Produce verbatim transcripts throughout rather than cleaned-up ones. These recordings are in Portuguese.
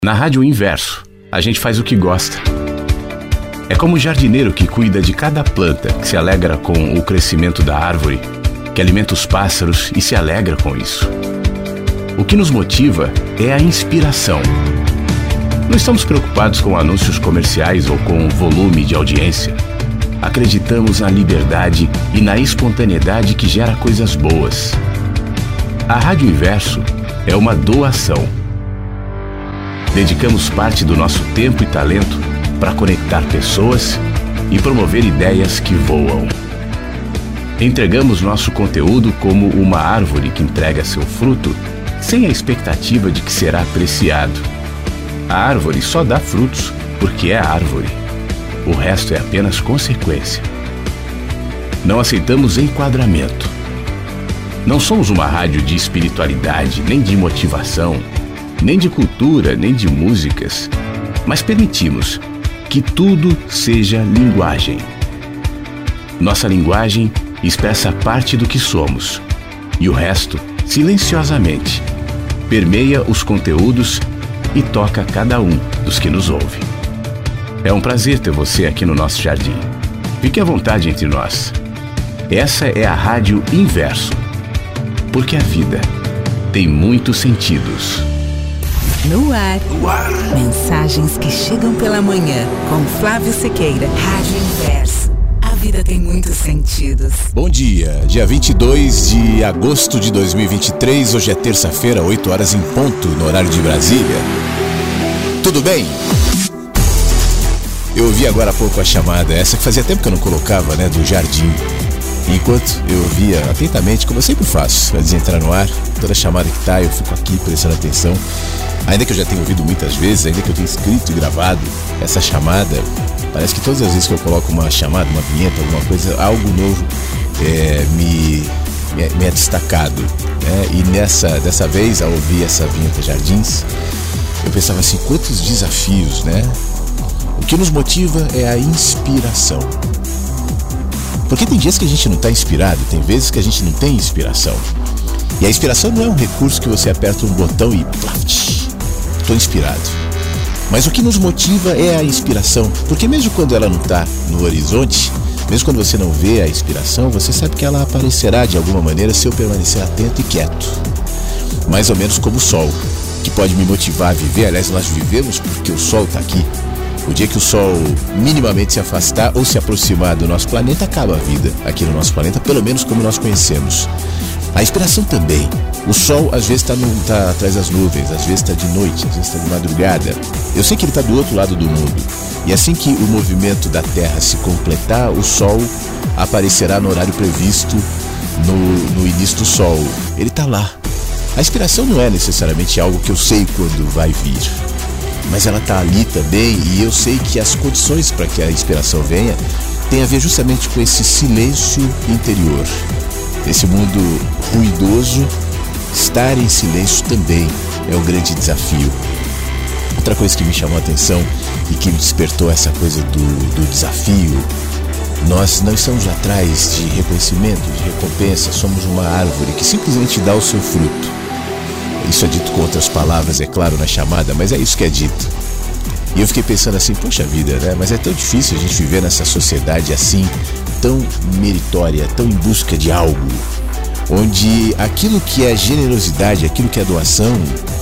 Na Rádio Inverso, a gente faz o que gosta. É como o jardineiro que cuida de cada planta, que se alegra com o crescimento da árvore, que alimenta os pássaros e se alegra com isso. O que nos motiva é a inspiração. Não estamos preocupados com anúncios comerciais ou com volume de audiência. Acreditamos na liberdade e na espontaneidade que gera coisas boas. A Rádio Inverso é uma doação. Dedicamos parte do nosso tempo e talento para conectar pessoas e promover ideias que voam. Entregamos nosso conteúdo como uma árvore que entrega seu fruto sem a expectativa de que será apreciado. A árvore só dá frutos porque é árvore. O resto é apenas consequência. Não aceitamos enquadramento. Não somos uma rádio de espiritualidade, nem de motivação, nem de cultura, nem de músicas, mas permitimos que tudo seja linguagem. Nossa linguagem expressa parte do que somos, e o resto, silenciosamente, permeia os conteúdos e toca cada um dos que nos ouve. É um prazer ter você aqui no nosso jardim. Fique à vontade entre nós. Essa é a Rádio Inverso, porque a vida tem muitos sentidos. No ar, no ar, mensagens que chegam pela manhã, com Flávio Sequeira. Rádio Inverso. A vida tem muitos sentidos. Bom dia, dia vinte e dois de agosto de dois mil e vinte e três, hoje é terça-feira, oito horas em ponto, no horário de Brasília. Tudo bem? Eu ouvi agora há pouco a chamada, essa que fazia tempo que eu não colocava, né, do jardim. Enquanto eu ouvia atentamente, como eu sempre faço, antes de entrar no ar, toda chamada que tá, eu fico aqui prestando atenção. Ainda que eu já tenha ouvido muitas vezes, ainda que eu tenha escrito e gravado essa chamada, parece que todas as vezes que eu coloco uma chamada, uma vinheta, alguma coisa, algo novo é, me, me, me é destacado, né? E nessa, dessa vez, ao ouvir essa vinheta Jardins, eu pensava assim, quantos desafios, né? O que nos motiva é a inspiração. Porque tem dias que a gente não está inspirado, tem vezes que a gente não tem inspiração. E a inspiração não é um recurso que você aperta um botão e plaft, estou inspirado. Mas o que nos motiva é a inspiração, porque mesmo quando ela não está no horizonte, mesmo quando você não vê a inspiração, você sabe que ela aparecerá de alguma maneira se eu permanecer atento e quieto. Mais ou menos como o sol, que pode me motivar a viver. Aliás, nós vivemos porque o sol está aqui. O dia que o sol minimamente se afastar ou se aproximar do nosso planeta, acaba a vida aqui no nosso planeta, pelo menos como nós conhecemos. A inspiração também. O sol às vezes está tá atrás das nuvens, às vezes está de noite, às vezes está de madrugada. Eu sei que ele está do outro lado do mundo. E assim que o movimento da Terra se completar, o sol aparecerá no horário previsto no, no início do sol. Ele está lá. A inspiração não é necessariamente algo que eu sei quando vai vir, mas ela está ali também, e eu sei que as condições para que a inspiração venha tem a ver justamente com esse silêncio interior. Esse mundo ruidoso, estar em silêncio também é um grande desafio. Outra coisa que me chamou a atenção e que me despertou essa coisa do, do desafio, nós não estamos atrás de reconhecimento, de recompensa, somos uma árvore que simplesmente dá o seu fruto. Isso é dito com outras palavras, é claro, na chamada, mas é isso que é dito. E eu fiquei pensando assim, poxa vida, né? Mas é tão difícil a gente viver nessa sociedade assim, tão meritória, tão em busca de algo, onde aquilo que é generosidade, aquilo que é doação,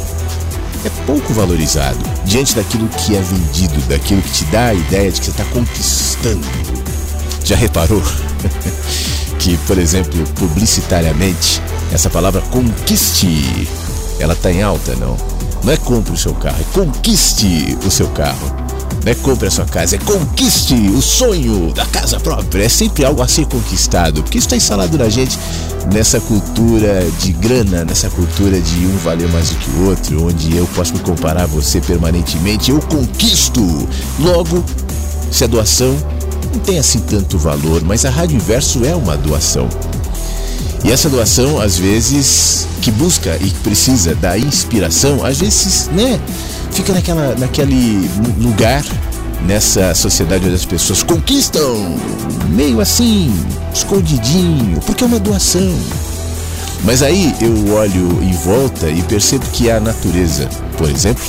é pouco valorizado diante daquilo que é vendido, daquilo que te dá a ideia de que você está conquistando. Já reparou que, por exemplo, publicitariamente, essa palavra conquiste, ela está em alta? Não. Não é compre o seu carro, é conquiste o seu carro. Não é compre a sua casa, é conquiste o sonho da casa própria. É sempre algo a ser conquistado, porque isso está instalado na gente, nessa cultura de grana, nessa cultura de um valer mais do que o outro, onde eu posso me comparar a você permanentemente, eu conquisto. Logo, se a doação não tem assim tanto valor, mas a Rádio Inverso é uma doação. E essa doação, às vezes, que busca e que precisa da inspiração, às vezes, né, fica naquela, naquele lugar, nessa sociedade onde as pessoas conquistam, meio assim, escondidinho, porque é uma doação. Mas aí eu olho em volta e percebo que a natureza, por exemplo,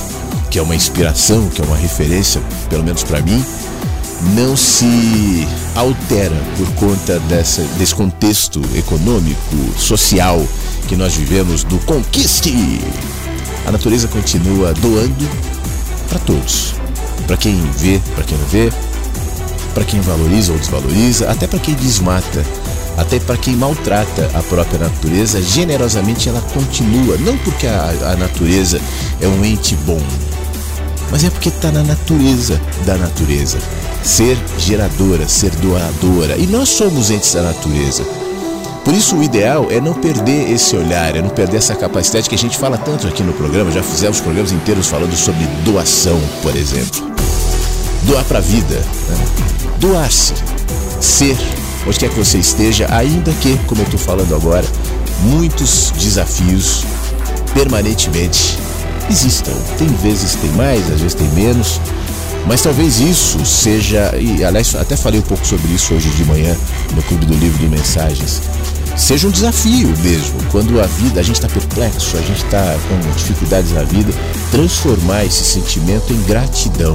que é uma inspiração, que é uma referência, pelo menos para mim, não se altera por conta dessa, desse contexto econômico, social que nós vivemos do conquiste. A natureza continua doando para todos, para quem vê, para quem não vê, para quem valoriza ou desvaloriza, até para quem desmata, até para quem maltrata a própria natureza. Generosamente ela continua, não porque a, a natureza é um ente bom, mas é porque está na natureza da natureza ser geradora, ser doadora, e nós somos entes da natureza. Por isso o ideal é não perder esse olhar, é não perder essa capacidade que a gente fala tanto aqui no programa. Já fizemos programas inteiros falando sobre doação, por exemplo. Doar para a vida, né? Doar-se, ser, onde quer que você esteja, ainda que, como eu estou falando agora, muitos desafios permanentemente existam. Tem vezes tem mais, às vezes tem menos, mas talvez isso seja, e aliás até falei um pouco sobre isso hoje de manhã no Clube do Livro do Mensagens, seja um desafio mesmo, quando a vida, a gente está perplexo, a gente está com dificuldades na vida, transformar esse sentimento em gratidão.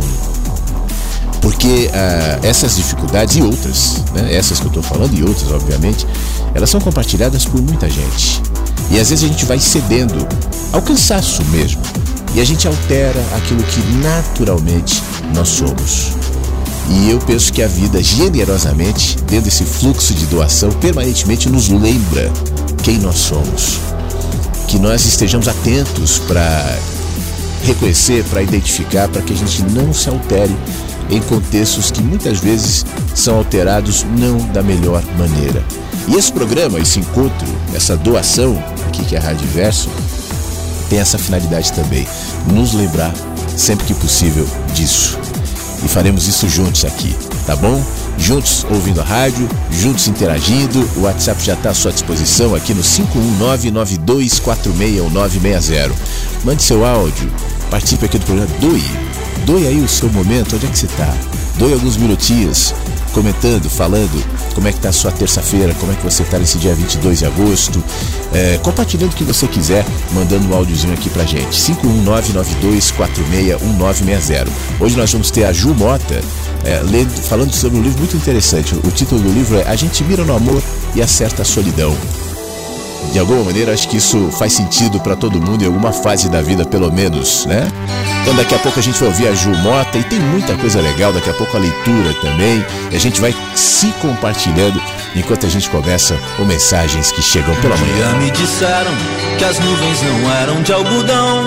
Porque ah, essas dificuldades e outras, né, essas que eu estou falando e outras, obviamente, elas são compartilhadas por muita gente. E às vezes a gente vai cedendo ao cansaço mesmo. E a gente altera aquilo que naturalmente nós somos. E eu penso que a vida, generosamente, dentro desse fluxo de doação, permanentemente nos lembra quem nós somos. Que nós estejamos atentos para reconhecer, para identificar, para que a gente não se altere em contextos que muitas vezes são alterados não da melhor maneira. E esse programa, esse encontro, essa doação aqui que é a Rádio Verso, tem essa finalidade também, nos lembrar sempre que possível disso. E faremos isso juntos aqui, tá bom? Juntos ouvindo a rádio, juntos interagindo. O WhatsApp já está à sua disposição aqui no cinco um nove, nove dois quatro seis um nove seis zero. Mande seu áudio, participe aqui do programa, doe. Doe aí o seu momento, onde é que você está? Doe alguns minutinhos, comentando, falando como é que está a sua terça-feira, como é que você está nesse dia vinte e dois de agosto, é, compartilhando o que você quiser, mandando um áudiozinho aqui pra gente, cinco um nove, nove dois quatro seis um nove seis zero. Hoje nós vamos ter a Ju Mota, é, lendo, falando sobre um livro muito interessante. O título do livro é A Gente Mira no Amor e Acerta a Solidão. De alguma maneira, acho que isso faz sentido para todo mundo em alguma fase da vida, pelo menos, né? Então daqui a pouco a gente vai ouvir a Ju Mota e tem muita coisa legal, daqui a pouco a leitura também, e a gente vai se compartilhando enquanto a gente começa o Mensagens que Chegam pela Manhã. Um dia me disseram que as nuvens não eram de algodão.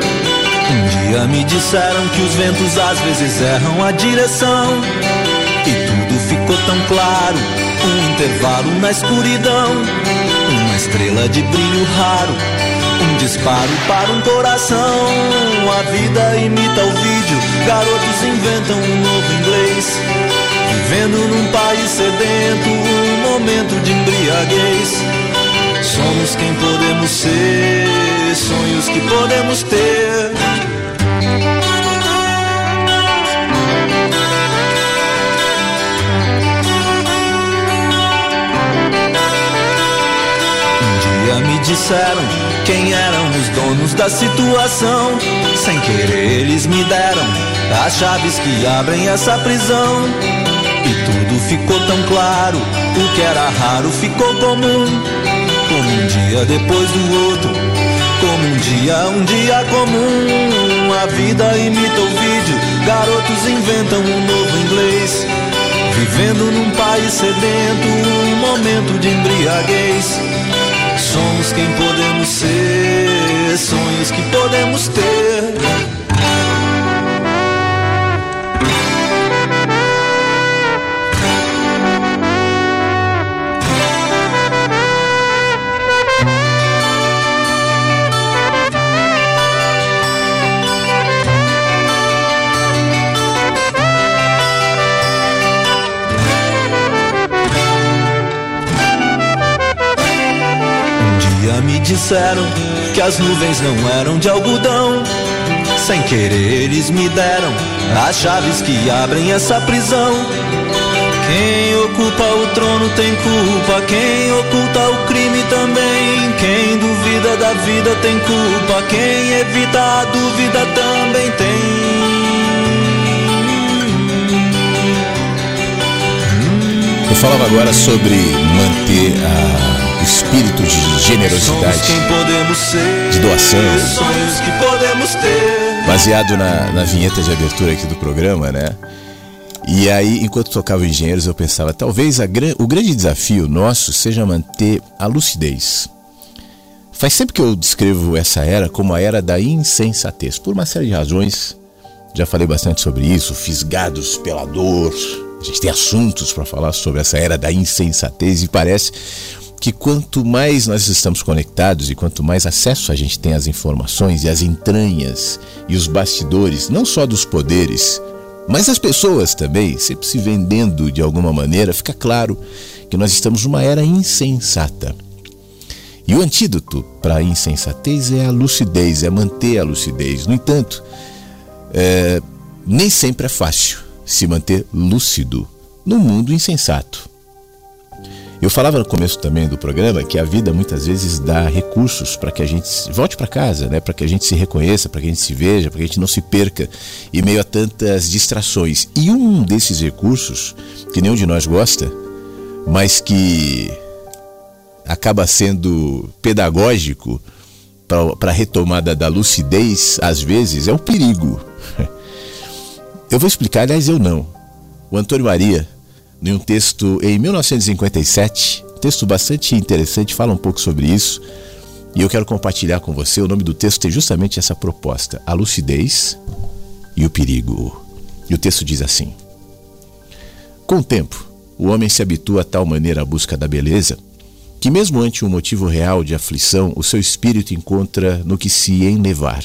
Um dia me disseram que os ventos às vezes erram a direção. E tudo ficou tão claro, um intervalo na escuridão, uma estrela de brilho raro, um disparo para um coração. A vida imita o vídeo, garotos inventam um novo inglês, vivendo num país sedento, um momento de embriaguez. Somos quem podemos ser, sonhos que podemos ter. Me disseram quem eram os donos da situação. Sem querer eles me deram as chaves que abrem essa prisão. E tudo ficou tão claro, o que era raro ficou comum. Como um dia depois do outro, como um dia, um dia comum. A vida imita o vídeo, garotos inventam um novo inglês, vivendo num país sedento, um momento de embriaguez. Somos quem podemos ser, sonhos que podemos ter. Me disseram que as nuvens não eram de algodão. Sem querer eles me deram as chaves que abrem essa prisão. Quem ocupa o trono tem culpa, quem oculta o crime também. Quem duvida da vida tem culpa, quem evita a dúvida também tem. Eu falava agora sobre manter a, o espírito de generosidade, de doação, sonhos que podemos ter. Baseado na, na vinheta de abertura aqui do programa, né? E aí, enquanto tocava Engenheiros, eu pensava, talvez a, o grande desafio nosso seja manter a lucidez. Faz tempo que eu descrevo essa era como a era da insensatez, por uma série de razões. Já falei bastante sobre isso, fisgados pela dor. A gente tem assuntos para falar sobre essa era da insensatez e parece que quanto mais nós estamos conectados e quanto mais acesso a gente tem às informações e às entranhas e os bastidores, não só dos poderes, mas as pessoas também, sempre se vendendo de alguma maneira, fica claro que nós estamos numa era insensata. E o antídoto para a insensatez é a lucidez, é manter a lucidez. No entanto, é, nem sempre é fácil se manter lúcido num mundo insensato. Eu falava no começo também do programa que a vida muitas vezes dá recursos para que a gente volte para casa, né? Para que a gente se reconheça, para que a gente se veja, para que a gente não se perca em meio a tantas distrações. E um desses recursos, que nenhum de nós gosta, mas que acaba sendo pedagógico para a retomada da lucidez, às vezes, é o perigo. Eu vou explicar, aliás, eu não. O Antônio Maria, em um texto em mil novecentos e cinquenta e sete, um texto bastante interessante, fala um pouco sobre isso, e eu quero compartilhar com você. O nome do texto tem justamente essa proposta: a lucidez e o perigo. E o texto diz assim: com o tempo, o homem se habitua a tal maneira à busca da beleza, que mesmo ante um motivo real de aflição, o seu espírito encontra no que se enlevar.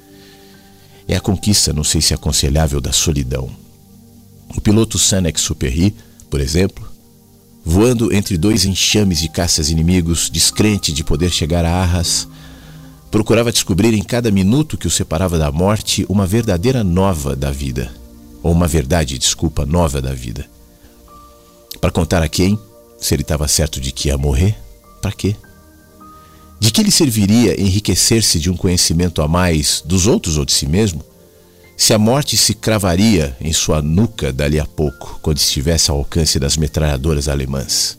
É a conquista, não sei se é aconselhável, da solidão. O piloto Saint-Exupéry, por exemplo, voando entre dois enxames de caças inimigos, descrente de poder chegar a Arras, procurava descobrir em cada minuto que o separava da morte uma verdadeira nova da vida, ou uma verdade, desculpa, nova da vida. Para contar a quem, se ele estava certo de que ia morrer, para quê? De que lhe serviria enriquecer-se de um conhecimento a mais dos outros ou de si mesmo, se a morte se cravaria em sua nuca dali a pouco, quando estivesse ao alcance das metralhadoras alemãs?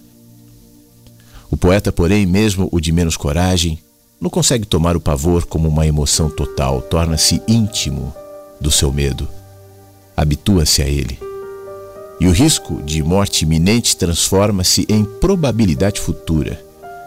O poeta, porém, mesmo o de menos coragem, não consegue tomar o pavor como uma emoção total, torna-se íntimo do seu medo, habitua-se a ele. E o risco de morte iminente transforma-se em probabilidade futura.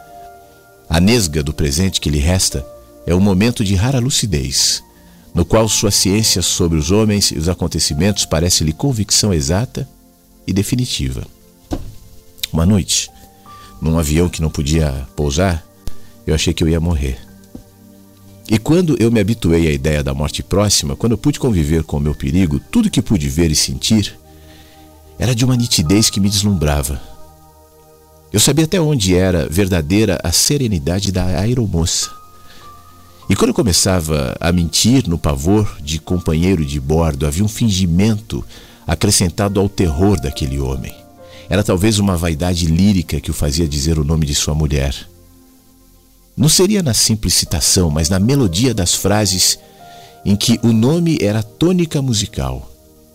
A nesga do presente que lhe resta é um momento de rara lucidez, no qual sua ciência sobre os homens e os acontecimentos parece-lhe convicção exata e definitiva. Uma noite, num avião que não podia pousar, eu achei que eu ia morrer. E quando eu me habituei à ideia da morte próxima, quando eu pude conviver com o meu perigo, tudo que pude ver e sentir era de uma nitidez que me deslumbrava. Eu sabia até onde era verdadeira a serenidade da aeromoça. E quando eu começava a mentir no pavor de companheiro de bordo, havia um fingimento acrescentado ao terror daquele homem. Era talvez uma vaidade lírica que o fazia dizer o nome de sua mulher. Não seria na simples citação, mas na melodia das frases em que o nome era tônica musical.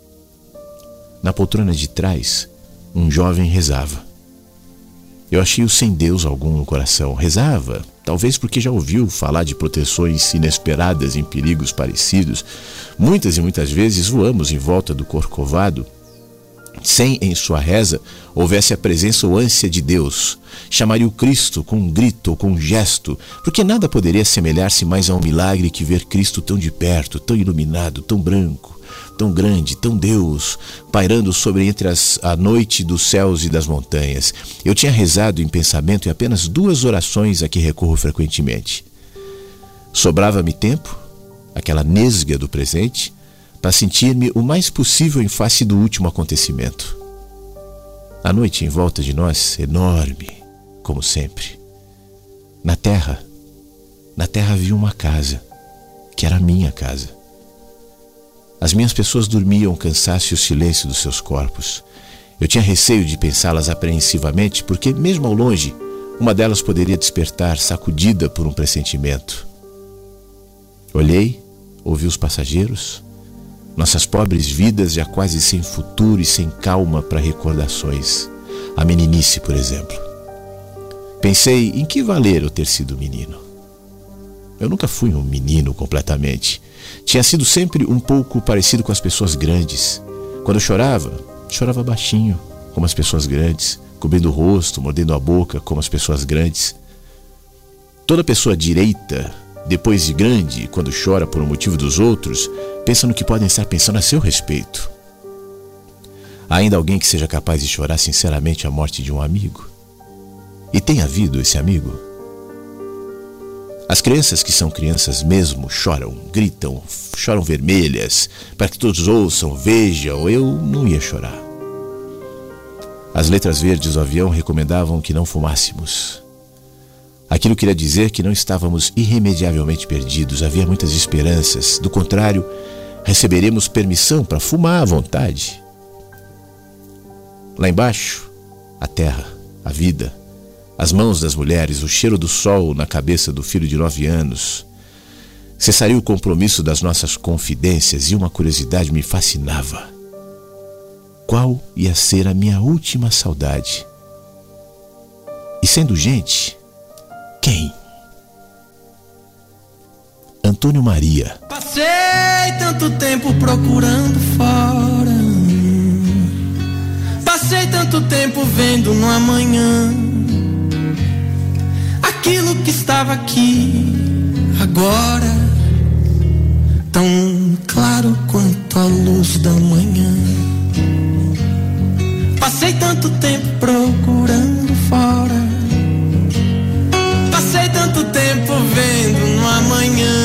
Na poltrona de trás, um jovem rezava. Eu achei-o sem Deus algum no coração. Rezava, talvez porque já ouviu falar de proteções inesperadas em perigos parecidos. Muitas e muitas vezes voamos em volta do Corcovado, sem em sua reza houvesse a presença ou ânsia de Deus. Chamaria o Cristo com um grito ou com um gesto, porque nada poderia assemelhar-se mais a um milagre que ver Cristo tão de perto, tão iluminado, tão branco, tão grande, tão Deus, pairando sobre entre as, a noite dos céus e das montanhas. Eu tinha rezado em pensamento em apenas duas orações a que recorro frequentemente. Sobrava-me tempo, aquela nesga do presente, para sentir-me o mais possível em face do último acontecimento. A noite em volta de nós, enorme, como sempre. Na terra, na terra havia uma casa, que era a minha casa. As minhas pessoas dormiam o cansaço e o silêncio dos seus corpos. Eu tinha receio de pensá-las apreensivamente, porque mesmo ao longe, uma delas poderia despertar, sacudida por um pressentimento. Olhei, ouvi os passageiros, nossas pobres vidas já quase sem futuro e sem calma para recordações. A meninice, por exemplo. Pensei em que valer eu ter sido menino. Eu nunca fui um menino completamente. Tinha sido sempre um pouco parecido com as pessoas grandes. Quando eu chorava, chorava baixinho, como as pessoas grandes, cobrindo o rosto, mordendo a boca, como as pessoas grandes. Toda pessoa direita, depois de grande, quando chora por um motivo dos outros, pensa no que podem estar pensando a seu respeito. Há ainda alguém que seja capaz de chorar sinceramente a morte de um amigo? E tem havido esse amigo? As crianças que são crianças mesmo choram, gritam, choram vermelhas, para que todos ouçam, vejam. Eu não ia chorar. As letras verdes do avião recomendavam que não fumássemos. Aquilo queria dizer que não estávamos irremediavelmente perdidos, havia muitas esperanças. Do contrário, receberemos permissão para fumar à vontade. Lá embaixo, a terra, a vida, as mãos das mulheres, o cheiro do sol na cabeça do filho de nove anos. Cessaria o compromisso das nossas confidências e uma curiosidade me fascinava. Qual ia ser a minha última saudade? E sendo gente, quem? Antônio Maria. Passei tanto tempo procurando fora, passei tanto tempo vendo no amanhã aquilo que estava aqui agora, tão claro quanto a luz da manhã. Passei tanto tempo procurando fora, passei tanto tempo vendo no amanhã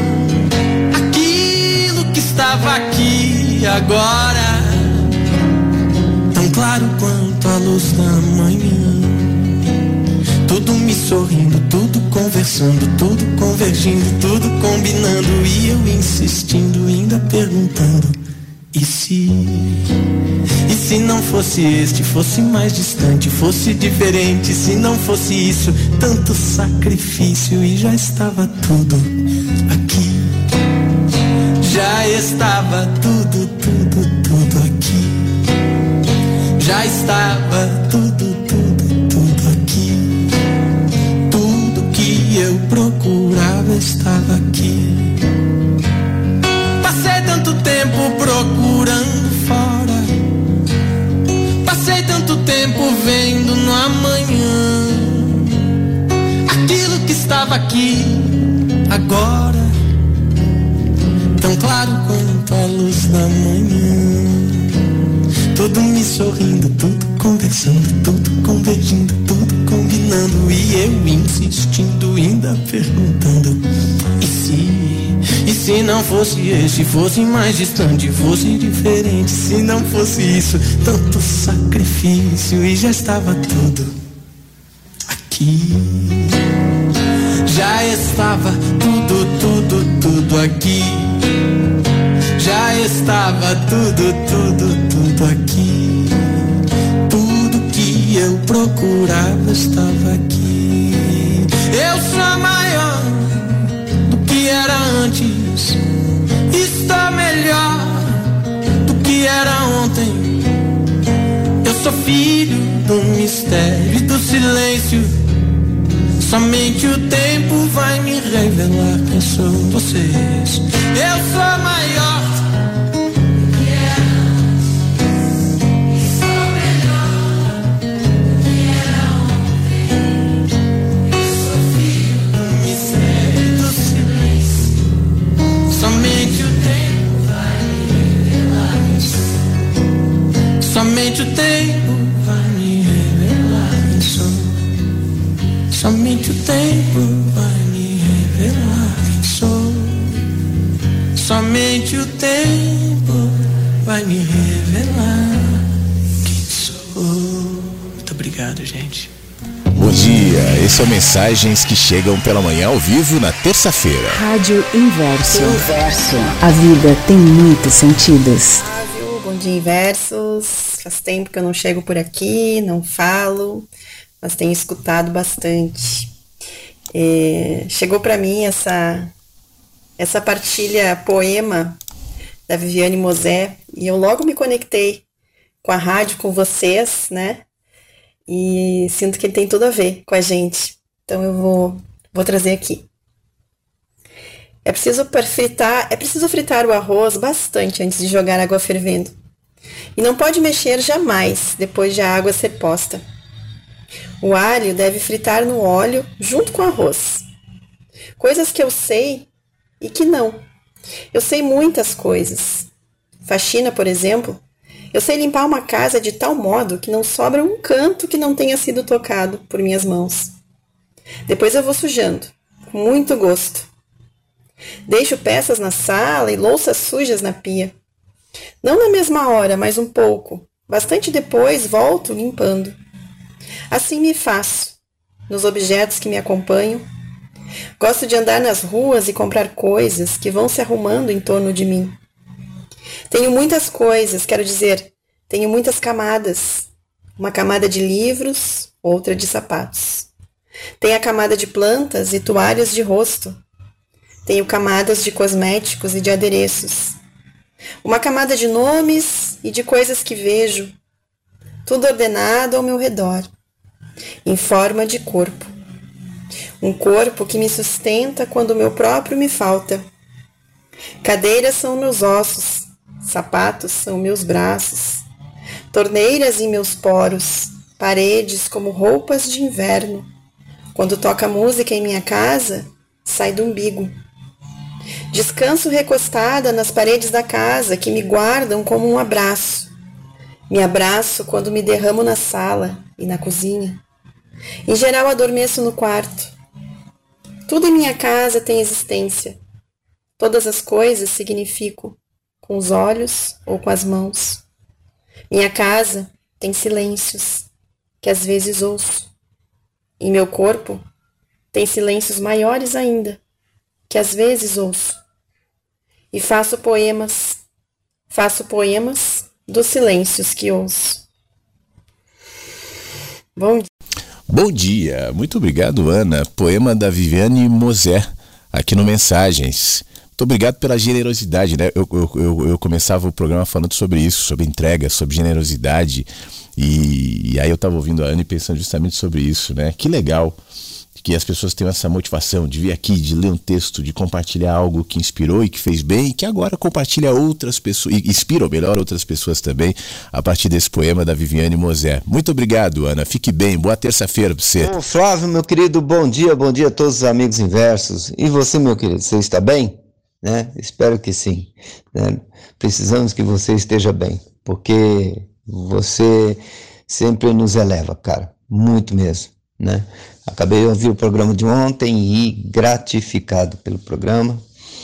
aquilo que estava aqui agora, tão claro quanto a luz da manhã. Tudo me sorrindo, tudo conversando, tudo convergindo, tudo combinando, e eu insistindo, ainda perguntando: e se? E se não fosse este, fosse mais distante, fosse diferente? Se não fosse isso, tanto sacrifício, e já estava tudo aqui. Já estava tudo, tudo, tudo aqui. Já estava tudo, tudo, tudo aqui. Tudo que eu procurava estava aqui. Passei tanto tempo procurando fora, passei tanto tempo vendo no amanhã aquilo que estava aqui agora, tão claro quanto a luz da manhã. Tudo me sorrindo, tudo conversando, tudo convergindo, tudo combinando, e eu insistindo, ainda perguntando: e se? E se não fosse este, fosse mais distante, fosse diferente? Se não fosse isso, tanto sacrifício, e já estava tudo aqui. Já estava tudo, tudo, tudo aqui. Já estava tudo, tudo, tudo aqui. Tudo que eu procurava estava aqui. Eu sou maior do que era antes, estou melhor do que era ontem. Eu sou filho do mistério e do silêncio. Somente o tempo vai me revelar quem são vocês. Eu sou maior do que era antes, estou melhor do que era ontem. Eu sou filho do mistério e do silêncio. Somente o tempo vai me revelar quem sou. Somente o tempo vai me revelar quem sou. Somente o tempo vai me revelar quem sou. Somente o tempo vai me revelar quem sou. Muito obrigado, gente. Bom dia, esse é o Mensagens que Chegam pela Manhã ao vivo na terça-feira. Rádio Inverso. Inverso. A vida tem muitos sentidos. Bom Armandinho Versos. Faz tempo que eu não chego por aqui, não falo, mas tenho escutado bastante. É, chegou para mim essa, essa partilha poema da Viviane Mosé e eu logo me conectei com a rádio, com vocês, né? E sinto que ele tem tudo a ver com a gente. Então eu vou, vou trazer aqui. É preciso fritar, é preciso fritar o arroz bastante antes de jogar água fervendo. E não pode mexer jamais depois de a água ser posta. O alho deve fritar no óleo junto com o arroz. Coisas que eu sei e que não. Eu sei muitas coisas. Faxina, por exemplo. Eu sei limpar uma casa de tal modo que não sobra um canto que não tenha sido tocado por minhas mãos. Depois eu vou sujando, com muito gosto. Deixo peças na sala e louças sujas na pia. Não na mesma hora, mas um pouco. Bastante depois volto limpando. Assim me faço, nos objetos que me acompanham. Gosto de andar nas ruas e comprar coisas que vão se arrumando em torno de mim. Tenho muitas coisas, quero dizer, tenho muitas camadas. Uma camada de livros, outra de sapatos. Tenho a camada de plantas e toalhas de rosto. Tenho camadas de cosméticos e de adereços. Uma camada de nomes e de coisas que vejo. Tudo ordenado ao meu redor, em forma de corpo. Um corpo que me sustenta quando o meu próprio me falta. Cadeiras são meus ossos, sapatos são meus braços, torneiras em meus poros, paredes como roupas de inverno. Quando toca música em minha casa, sai do umbigo. Descanso recostada nas paredes da casa que me guardam como um abraço. Me abraço quando me derramo na sala e na cozinha. Em geral adormeço no quarto. Tudo em minha casa tem existência. Todas as coisas significo, com os olhos ou com as mãos. Minha casa tem silêncios, que às vezes ouço. E meu corpo tem silêncios maiores ainda, que às vezes ouço. E faço poemas, faço poemas dos silêncios que ouço. Bom dia. Bom dia, muito obrigado, Ana. Poema da Viviane Mosé, aqui no Mensagens. Muito obrigado pela generosidade, né? Eu, eu, eu, eu começava o programa falando sobre isso, sobre entrega, sobre generosidade. E, e aí eu estava ouvindo a Ana e pensando justamente sobre isso, né? Que legal que as pessoas tenham essa motivação de vir aqui, de ler um texto, de compartilhar algo que inspirou e que fez bem e que agora compartilha outras pessoas, e inspira, melhor, outras pessoas também a partir desse poema da Viviane Mosé. Muito obrigado, Ana. Fique bem. Boa terça-feira para você. Ô, Flávio, meu querido, bom dia. Bom dia a todos os amigos inversos. E você, meu querido, você está bem? Né? Espero que sim. Né? Precisamos que você esteja bem, porque você sempre nos eleva, cara. Muito mesmo, né? Acabei de ouvir o programa de ontem e gratificado pelo programa.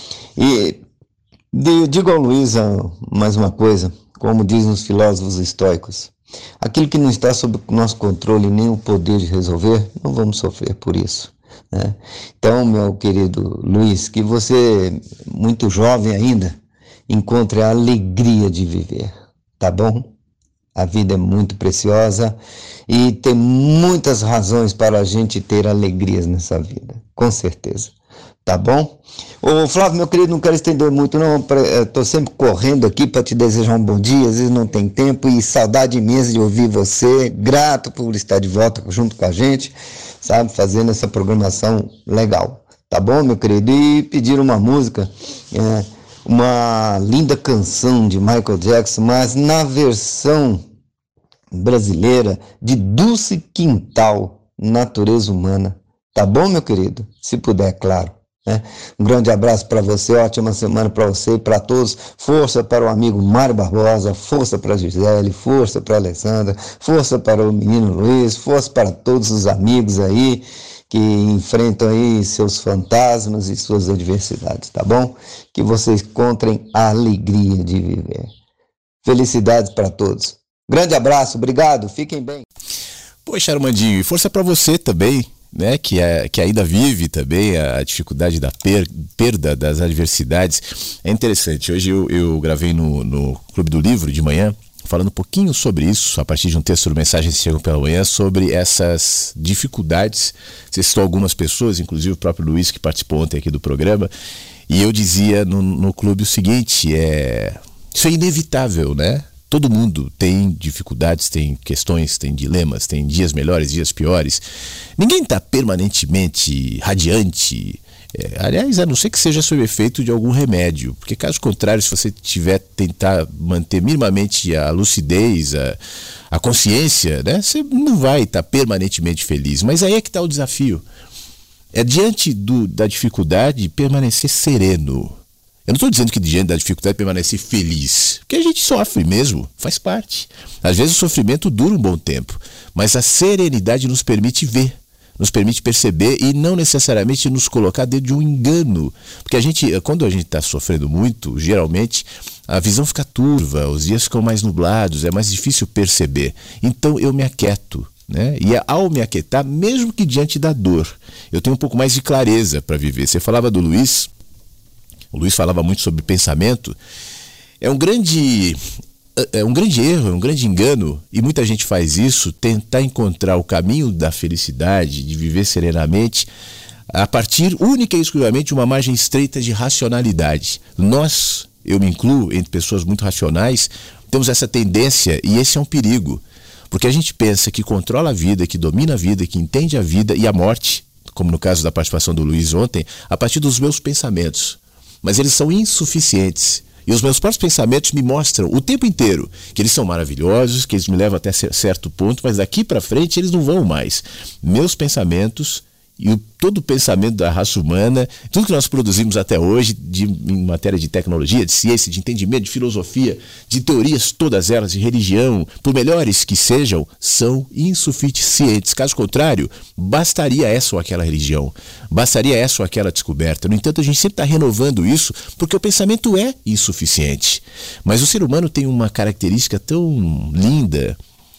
E digo ao Luísa mais uma coisa, como dizem os filósofos estoicos: aquilo que não está sob o nosso controle nem o poder de resolver, não vamos sofrer por isso, né? Então, meu querido Luiz, que você, muito jovem ainda, encontre a alegria de viver, tá bom? A vida é muito preciosa e tem muitas razões para a gente ter alegrias nessa vida, com certeza, tá bom? Ô Flávio, meu querido, não quero estender muito não, estou sempre correndo aqui para te desejar um bom dia, às vezes não tem tempo, e saudade imensa de ouvir você, grato por estar de volta junto com a gente, sabe, fazendo essa programação legal, tá bom, meu querido? E pedir uma música, é, uma linda canção de Michael Jackson, mas na versão brasileira de Dulce Quintal, Natureza Humana. Tá bom, meu querido? Se puder, claro, né? Um grande abraço para você, ótima semana para você e para todos. Força para o amigo Mário Barbosa, força para a Gisele, força para a Alessandra, força para o menino Luiz, força para todos os amigos aí que enfrentam aí seus fantasmas e suas adversidades, tá bom? Que vocês encontrem a alegria de viver. Felicidades para todos. Grande abraço, obrigado, fiquem bem. Poxa, Armandinho, e força para você também, né, que, é, que ainda vive também a dificuldade da per, perda das adversidades. É interessante, hoje eu, eu gravei no, no Clube do Livro de manhã, falando um pouquinho sobre isso, a partir de um texto do Mensagens que Chegam pela Manhã, sobre essas dificuldades. Você citou algumas pessoas, inclusive o próprio Luiz, que participou ontem aqui do programa, e eu dizia no, no clube o seguinte, é, isso é inevitável, né? Todo mundo tem dificuldades, tem questões, tem dilemas, tem dias melhores, dias piores. Ninguém está permanentemente radiante. É, aliás, a não ser que seja sob efeito de algum remédio. Porque caso contrário, se você tiver tentar manter minimamente a lucidez, a, a consciência, né, você não vai estar tá permanentemente feliz. Mas aí é que está o desafio. É diante do, da dificuldade permanecer sereno. Eu não estou dizendo que diante da dificuldade permanecer feliz, porque a gente sofre mesmo, faz parte. Às vezes o sofrimento dura um bom tempo, mas a serenidade nos permite ver, nos permite perceber e não necessariamente nos colocar dentro de um engano. Porque a gente, quando a gente está sofrendo muito, geralmente a visão fica turva, os dias ficam mais nublados, é mais difícil perceber. Então eu me aquieto. Né? E ao me aquietar, mesmo que diante da dor, eu tenho um pouco mais de clareza para viver. Você falava do Luiz, o Luiz falava muito sobre pensamento. É um grande, é um grande erro, é um grande engano, e muita gente faz isso, tentar encontrar o caminho da felicidade, de viver serenamente, a partir única e exclusivamente de uma margem estreita de racionalidade. Nós, eu me incluo entre pessoas muito racionais, temos essa tendência, e esse é um perigo, porque a gente pensa que controla a vida, que domina a vida, que entende a vida e a morte, como no caso da participação do Luiz ontem, a partir dos meus pensamentos. Mas eles são insuficientes. E os meus próprios pensamentos me mostram o tempo inteiro que eles são maravilhosos, que eles me levam até certo ponto, mas daqui para frente eles não vão mais. Meus pensamentos e o, todo o pensamento da raça humana, tudo que nós produzimos até hoje, de, em matéria de tecnologia, de ciência, de entendimento, de filosofia, de teorias, todas elas, de religião, por melhores que sejam, são insuficientes. Caso contrário, bastaria essa ou aquela religião, bastaria essa ou aquela descoberta. No entanto, a gente sempre está renovando isso, porque o pensamento é insuficiente. Mas o ser humano tem uma característica tão linda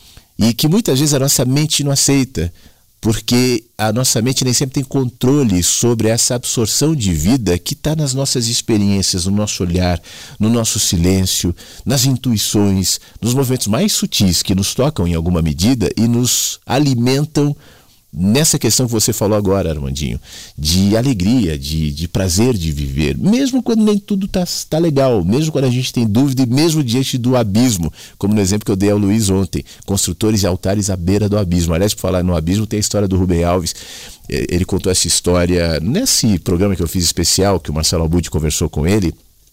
e que muitas vezes a nossa mente não aceita, porque a nossa mente nem sempre tem controle sobre essa absorção de vida que está nas nossas experiências, no nosso olhar, no nosso silêncio, nas intuições, nos movimentos mais sutis que nos tocam em alguma medida e nos alimentam nessa questão que você falou agora, Armandinho, de alegria, de, de prazer de viver, mesmo quando nem tudo está tá legal, mesmo quando a gente tem dúvida e mesmo diante do abismo, como no exemplo que eu dei ao Luiz ontem, construtores e altares à beira do abismo. Aliás, por falar no abismo, tem a história do Rubem Alves. Ele contou essa história nesse programa que eu fiz especial, que o Marcelo Albude conversou com ele.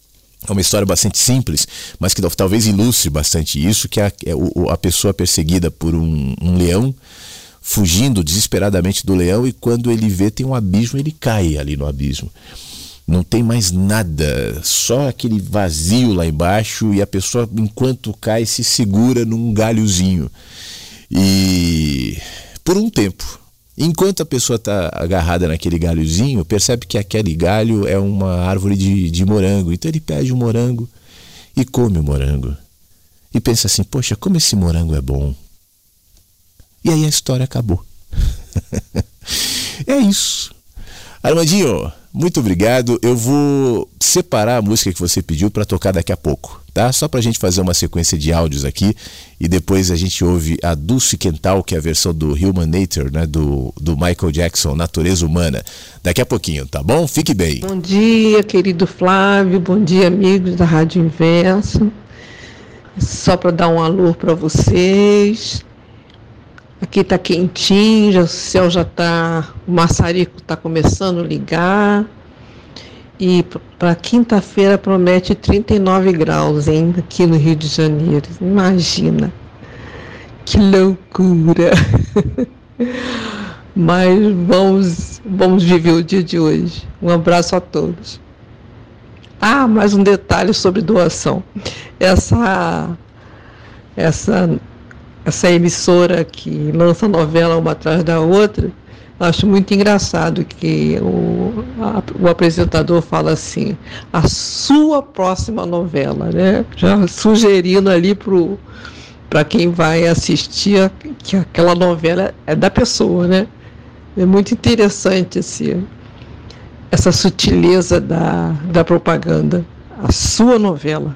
É uma história bastante simples, mas que talvez ilustre bastante isso, que é a, é a pessoa perseguida por um, um leão, fugindo desesperadamente do leão, e quando ele vê tem um abismo, ele cai ali no abismo. Não tem mais nada, só aquele vazio lá embaixo, e a pessoa, enquanto cai, se segura num galhozinho. E por um tempo, enquanto a pessoa está agarrada naquele galhozinho, percebe que aquele galho é uma árvore de, de morango. Então ele pede um morango e come o morango. E pensa assim, poxa, como esse morango é bom. E aí a história acabou. É isso. Armandinho, muito obrigado. Eu vou separar a música que você pediu para tocar daqui a pouco, tá? Só pra gente fazer uma sequência de áudios aqui e depois a gente ouve a Dulce Quental, que é a versão do Human Nature, né, do, do Michael Jackson, Natureza Humana. Daqui a pouquinho, tá bom? Fique bem. Bom dia, querido Flávio. Bom dia, amigos da Rádio Inverso. Só para dar um alô para vocês. Aqui está quentinho, já, o céu já está, o maçarico está começando a ligar. E para quinta-feira promete trinta e nove graus ainda aqui no Rio de Janeiro. Imagina, que loucura. Mas vamos, vamos viver o dia de hoje. Um abraço a todos. Ah, mais um detalhe sobre doação. Essa... essa Essa emissora que lança novela uma atrás da outra, eu acho muito engraçado que o, a, o apresentador fala assim, a sua próxima novela, né? Já sugerindo ali para quem vai assistir que aquela novela é da pessoa, né? É muito interessante esse, essa sutileza da, da propaganda. A sua novela.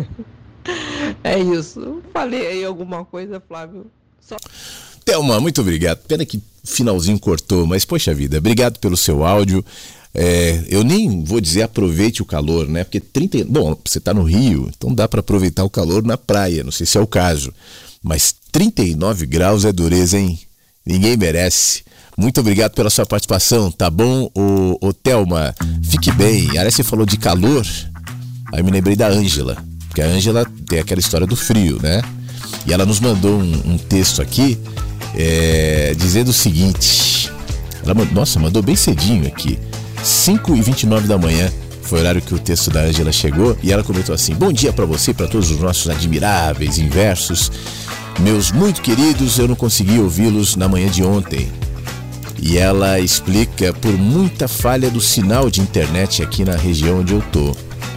É isso. Falei aí alguma coisa, Flávio? Só... Thelma, muito obrigado. Pena que finalzinho cortou, mas poxa vida, obrigado pelo seu áudio. É, eu nem vou dizer aproveite o calor, né? Porque trinta, bom, você está no Rio, então dá para aproveitar o calor na praia, não sei se é o caso. Mas trinta e nove graus é dureza, hein? Ninguém merece. Muito obrigado pela sua participação, tá bom? Ô, ô Thelma, fique bem. Aliás, você falou de calor, aí me lembrei da Ângela, porque a Ângela tem aquela história do frio, né? E ela nos mandou um, um texto aqui, é, dizendo o seguinte, ela, nossa, mandou bem cedinho aqui, cinco e vinte e nove da manhã, foi o horário que o texto da Ângela chegou, e ela comentou assim: bom dia para você e para todos os nossos admiráveis inversos, meus muito queridos, eu não consegui ouvi-los na manhã de ontem. E ela explica por muita falha do sinal de internet aqui na região onde eu tô.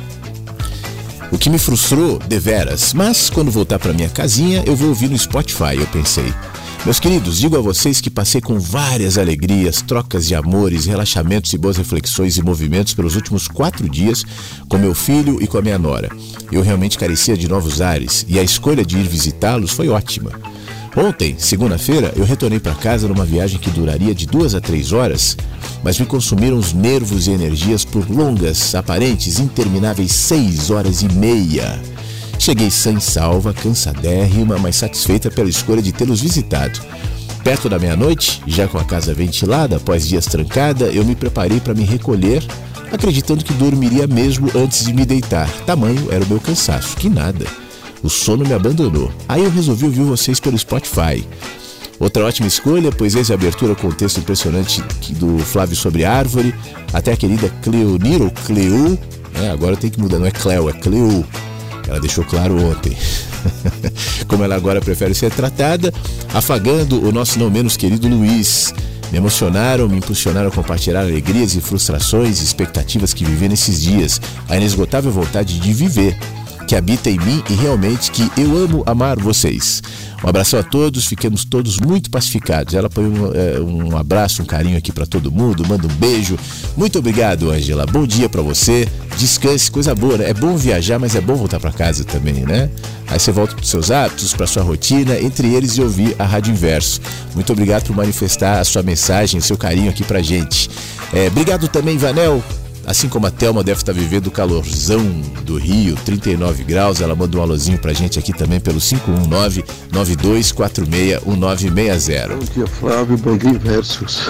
O que me frustrou, deveras, mas quando voltar para minha casinha eu vou ouvir no Spotify, eu pensei. Meus queridos, digo a vocês que passei com várias alegrias, trocas de amores, relaxamentos e boas reflexões e movimentos pelos últimos quatro dias com meu filho e com a minha nora. Eu realmente carecia de novos ares e a escolha de ir visitá-los foi ótima. Ontem, segunda-feira, eu retornei para casa numa viagem que duraria de duas a três horas, mas me consumiram os nervos e energias por longas, aparentes, intermináveis seis horas e meia. Cheguei sã e salva, cansadérrima, mas satisfeita pela escolha de tê-los visitado. Perto da meia-noite, já com a casa ventilada, após dias trancada, eu me preparei para me recolher, acreditando que dormiria mesmo antes de me deitar. Tamanho era o meu cansaço, que nada. O sono me abandonou. Aí eu resolvi ouvir vocês pelo Spotify. Outra ótima escolha, pois desde a abertura com o texto impressionante do Flávio sobre a árvore, até a querida Cleonir, ou Cleo, né? Agora tem que mudar, não é Cleo, é Cleo. Ela deixou claro ontem. Como ela agora prefere ser tratada, afagando o nosso não menos querido Luiz. Me emocionaram, me impulsionaram a compartilhar alegrias e frustrações e expectativas que vivi nesses dias. A inesgotável vontade de viver, que habita em mim e realmente que eu amo amar vocês. Um abração a todos, fiquemos todos muito pacificados. Ela põe um, é, um abraço, um carinho aqui para todo mundo, manda um beijo. Muito obrigado, Ângela. Bom dia para você. Descanse, coisa boa, né? É bom viajar, mas é bom voltar para casa também, né? Aí você volta para os seus hábitos, para sua rotina, entre eles e ouvir a Rádio Inverso. Muito obrigado por manifestar a sua mensagem, o seu carinho aqui pra gente. É, obrigado também, Vanel. Assim como a Thelma deve estar vivendo o calorzão do Rio, trinta e nove graus, ela manda um alôzinho pra gente aqui também pelo cinco um nove, nove dois quatro seis, um nove seis zero. Bom dia, Flávio, bom dia, Inversos.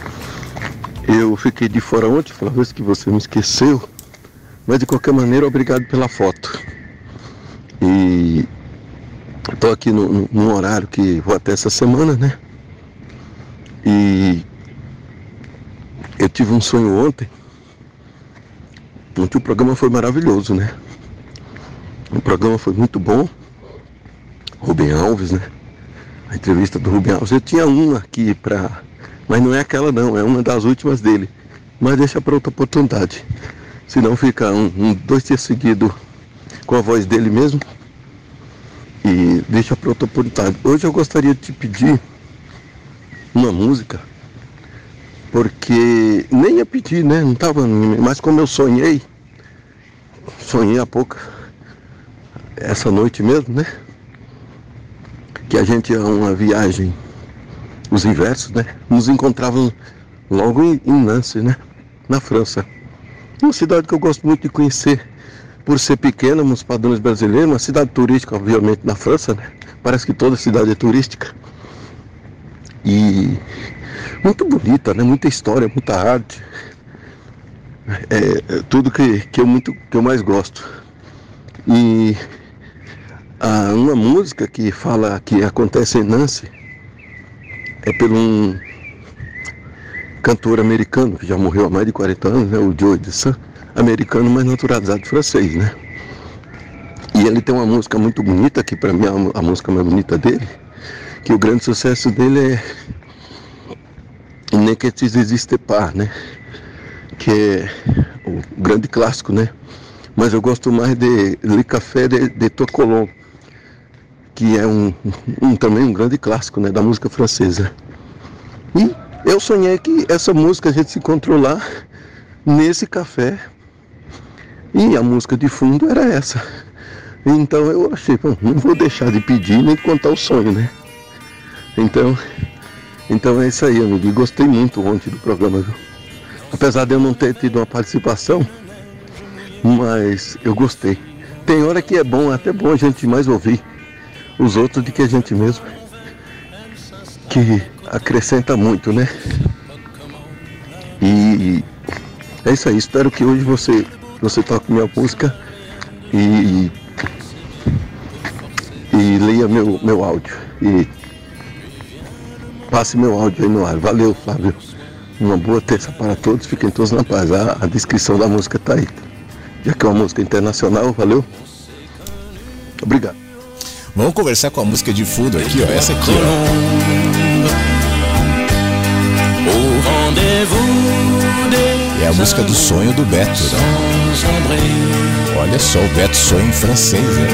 Eu fiquei de fora ontem, Flávio, que você me esqueceu, mas de qualquer maneira, obrigado pela foto. E estou aqui no, num horário que vou até essa semana, né? E eu tive um sonho ontem. Ontem o programa foi maravilhoso, né? O programa foi muito bom. Rubem Alves, né? A entrevista do Rubem Alves. Eu tinha uma aqui pra... Mas não é aquela não, é uma das últimas dele. Mas deixa para outra oportunidade. Senão fica um, um, dois dias seguidos com a voz dele mesmo. E deixa para outra oportunidade. Hoje eu gostaria de te pedir uma música. Porque nem ia pedir, né? Não tava, mas como eu sonhei, sonhei há pouco, essa noite mesmo, né? Que a gente ia uma viagem, os inversos, né? Nos encontrávamos logo em, em Nancy, né? Na França. Uma cidade que eu gosto muito de conhecer, por ser pequena, nos padrões brasileiros, uma cidade turística, obviamente, na França, né? Parece que toda cidade é turística. E muito bonita, né? Muita história, muita arte. É, é tudo que, que, eu muito, que eu mais gosto. E a, uma música que fala que acontece em Nancy é por um cantor americano que já morreu há mais de quarenta anos, né? O Joey Dessan, americano, mas naturalizado francês, né? E ele tem uma música muito bonita, que para mim é a, a música mais bonita dele, que o grande sucesso dele é Ne que tu existe pas, né? Que é o grande clássico, né? Mas eu gosto mais de Le Café de, de Tocolon, que é um, um, também um grande clássico, né? Da música francesa. E eu sonhei que essa música a gente se encontrou lá nesse café e a música de fundo era essa. Então eu achei, pô, não vou deixar de pedir nem de contar o sonho, né? Então, então é isso aí, amigo. E gostei muito ontem do programa, viu? Apesar de eu não ter tido uma participação, mas eu gostei. Tem hora que é bom, até bom a gente mais ouvir os outros do que a gente mesmo, que acrescenta muito, né? E é isso aí, espero que hoje você, você toque minha música e, e leia meu, meu áudio e passe meu áudio aí no ar. Valeu, Flávio. Uma boa terça para todos, fiquem todos na paz. A, a descrição da música tá aí. Já que é uma música internacional, valeu? Obrigado. Vamos conversar com a música de fundo aqui, ó. Essa aqui, ó. É a música do sonho do Beto, né? Olha só, o Beto sonha em francês, né?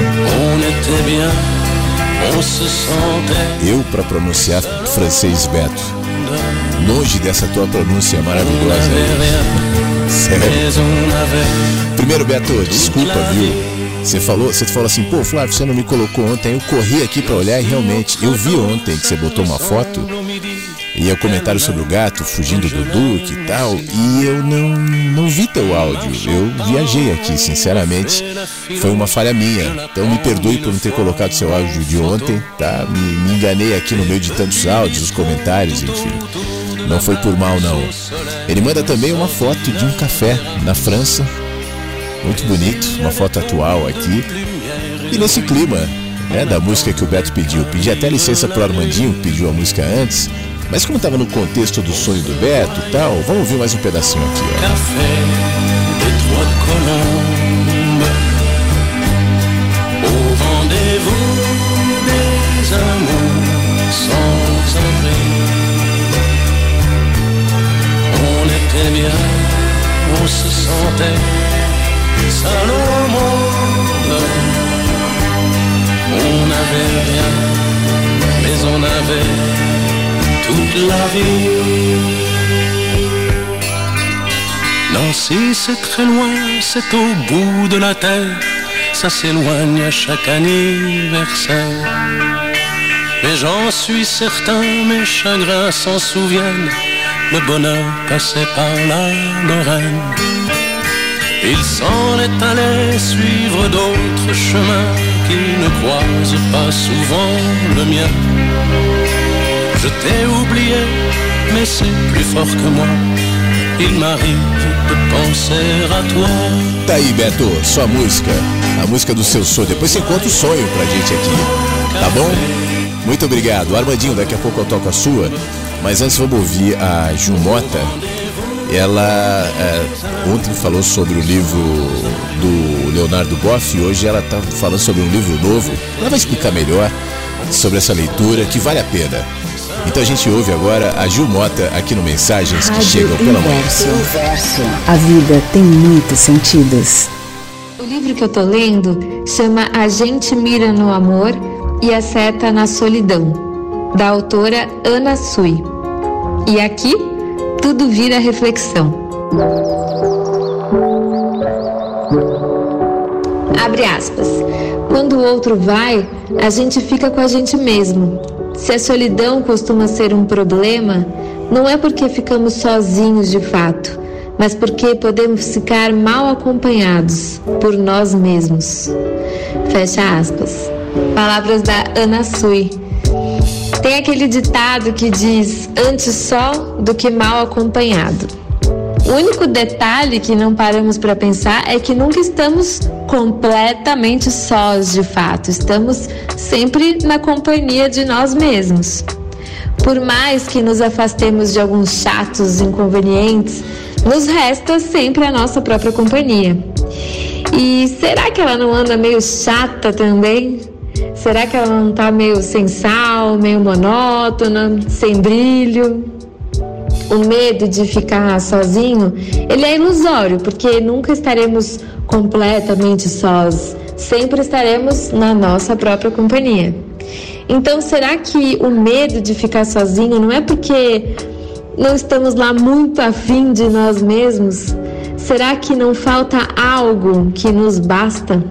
Eu, para pronunciar francês, Beto, longe dessa tua pronúncia maravilhosa aí. Sério. Primeiro, Beto, desculpa, viu? Você falou, você falou assim, pô, Flávio, você não me colocou ontem. Eu corri aqui pra olhar e realmente, eu vi ontem que você botou uma foto e é o comentário sobre o gato fugindo do Duque e tal, e eu não, não vi teu áudio. Eu viajei aqui, sinceramente, foi uma falha minha. Então me perdoe por não ter colocado seu áudio de ontem, tá? Me, me enganei aqui no meio de tantos áudios, os comentários, enfim. Não foi por mal, não. Ele manda também uma foto de um café na França, muito bonito, uma foto atual aqui. E nesse clima, né, da música que o Beto pediu, pedi até licença pro Armandinho, que pediu a música antes, mas como estava no contexto do sonho do Beto e tal, vamos ouvir mais um pedacinho aqui, ó. Café des Trois de Colombes, au rendez-vous des amours sans abri. On était bien, on se sentait seul au monde. On n'avait rien, mais on avait toute la vie. Nancy, c'est très loin, c'est au bout de la terre. Ça s'éloigne à chaque anniversaire. Mais j'en suis certain, mes chagrins s'en souviennent. Le bonheur passait par la Lorraine. Il s'en est allé suivre d'autres chemins qui ne croisent pas souvent le mien. Je t'ai oublié, mais c'est plus fort que moi. Il m'arrive de penser à toi. Tá aí, Beto, sua música, a música do seu sonho. Depois você conta o sonho pra gente aqui, tá bom? Muito obrigado. Armandinho, daqui a pouco eu toco a sua. Mas antes vamos ouvir a Ju Mota. Ela é, ontem falou sobre o livro do Leonardo Boff e hoje ela está falando sobre um livro novo. Ela vai explicar melhor sobre essa leitura que vale a pena. Então a gente ouve agora a Ju Mota aqui no Mensagens que Chegam pela Manhã. Inverso. A vida tem muitos sentidos. O livro que eu tô lendo chama A Gente Mira no Amor e Acerta na Solidão, da autora Ana Sui. E aqui tudo vira reflexão. Abre aspas. Quando o outro vai, a gente fica com a gente mesmo. Se a solidão costuma ser um problema, não é porque ficamos sozinhos de fato, mas porque podemos ficar mal acompanhados por nós mesmos. Fecha aspas. Palavras da Ana Sui. Tem aquele ditado que diz antes só do que mal acompanhado. O único detalhe que não paramos para pensar é que nunca estamos completamente sós de fato. Estamos sempre na companhia de nós mesmos. Por mais que nos afastemos de alguns chatos inconvenientes, nos resta sempre a nossa própria companhia. E será que ela não anda meio chata também? Será que ela não tá meio sem sal, meio monótona, sem brilho? O medo de ficar sozinho, ele é ilusório, porque nunca estaremos completamente sós. Sempre estaremos na nossa própria companhia. Então, será que o medo de ficar sozinho não é porque Não estamos lá muito afim de nós mesmos? Será que não falta algo que nos basta?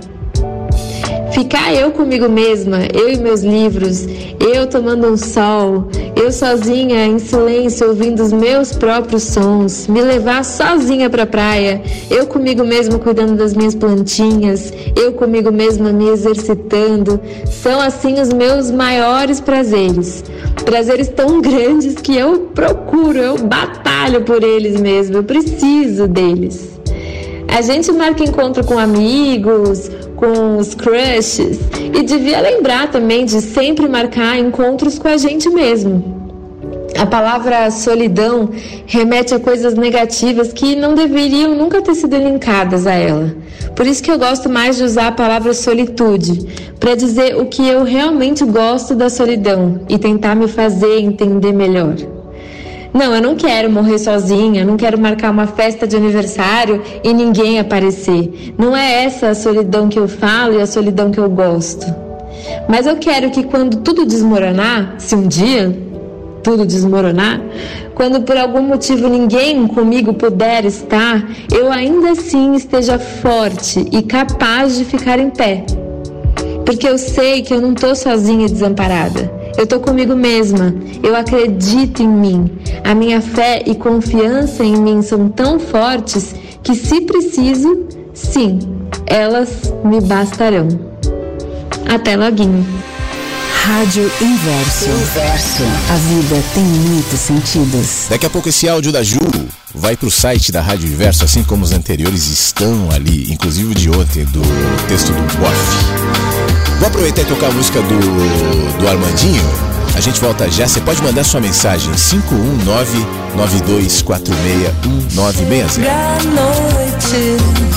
Ficar eu comigo mesma, eu e meus livros, eu tomando um sol, eu sozinha em silêncio ouvindo os meus próprios sons, me levar sozinha pra praia, eu comigo mesma cuidando das minhas plantinhas, eu comigo mesma me exercitando, são assim os meus maiores prazeres. Prazeres tão grandes que eu procuro, eu batalho por eles mesmo, eu preciso deles. A gente marca encontro com amigos, com os crushes, e devia lembrar também de sempre marcar encontros com a gente mesmo. A palavra solidão remete a coisas negativas que não deveriam nunca ter sido linkadas a ela. Por isso que eu gosto mais de usar a palavra solitude, para dizer o que eu realmente gosto da solidão e tentar me fazer entender melhor. Não, eu não quero morrer sozinha, não quero marcar uma festa de aniversário e ninguém aparecer. Não é essa a solidão que eu falo e a solidão que eu gosto. Mas eu quero que quando tudo desmoronar, se um dia tudo desmoronar, quando por algum motivo ninguém comigo puder estar, eu ainda assim esteja forte e capaz de ficar em pé. Porque eu sei que eu não estou sozinha e desamparada. Eu estou comigo mesma, eu acredito em mim. A minha fé e confiança em mim são tão fortes que, se preciso, sim, elas me bastarão. Até loguinho. Rádio Inverso. Inverso. A vida tem muitos sentidos. Daqui a pouco esse áudio da Ju vai pro site da Rádio Inverso, assim como os anteriores estão ali, inclusive o de ontem, do texto do Boff. Vou aproveitar e tocar a música do, do Armandinho. A gente volta já. Você pode mandar sua mensagem cinco um nove, nove dois quatro seis, um nove seis zero. Da noite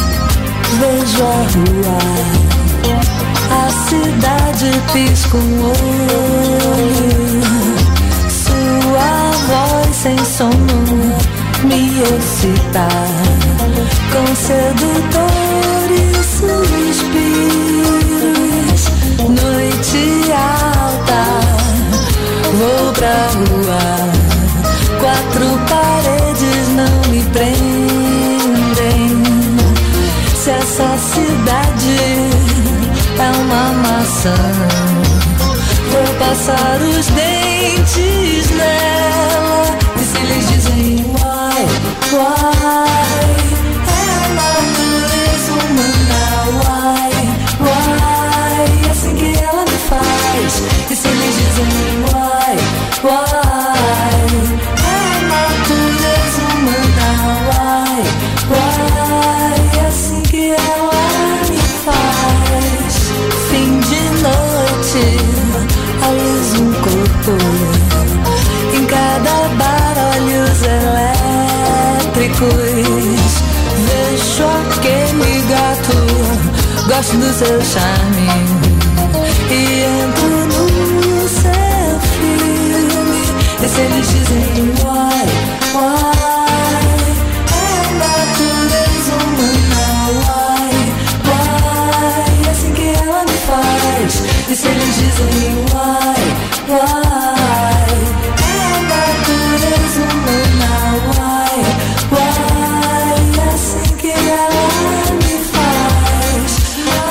vejo a rua, a cidade pisca um olho, sua voz sem sono me excita, com sedutores suspiros. Noite alta, vou pra rua, quatro paredes não me prendem. Se essa cidade é uma maçã, vou passar os dentes nela. E se eles dizem why, why, é a natureza humana, why, why, é assim que ela me faz. E se eles dizem why, why, é a natureza humana, why, why, é assim que ela me faz. Fim de noite, a luz um corpo, em cada bar olhos elétricos. Vejo aquele gato, gosto do seu charme e entro no seu filme. E se eles dizem why, why, é a natureza humana, why, why, é assim que ela me faz. E se eles dizem why, why, é a natureza humana, why, why, é assim que ela me faz.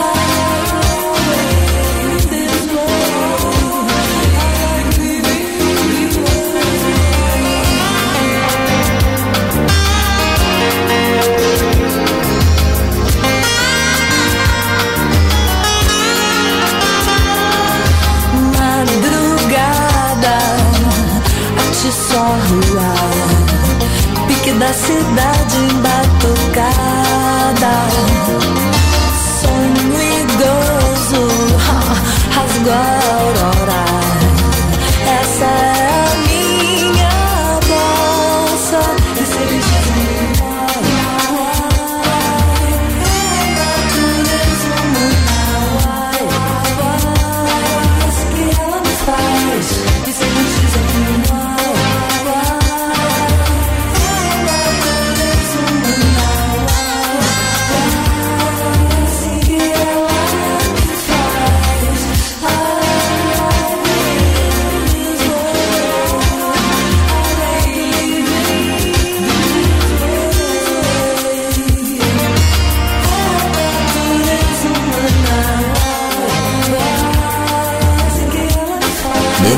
Só rua, pique da cidade embatucada, sonho idoso, rasgo a aurora. Essa é a minha bolsa. E se eles dizem é a natureza humana, assim que ela me faz. E se eles dizem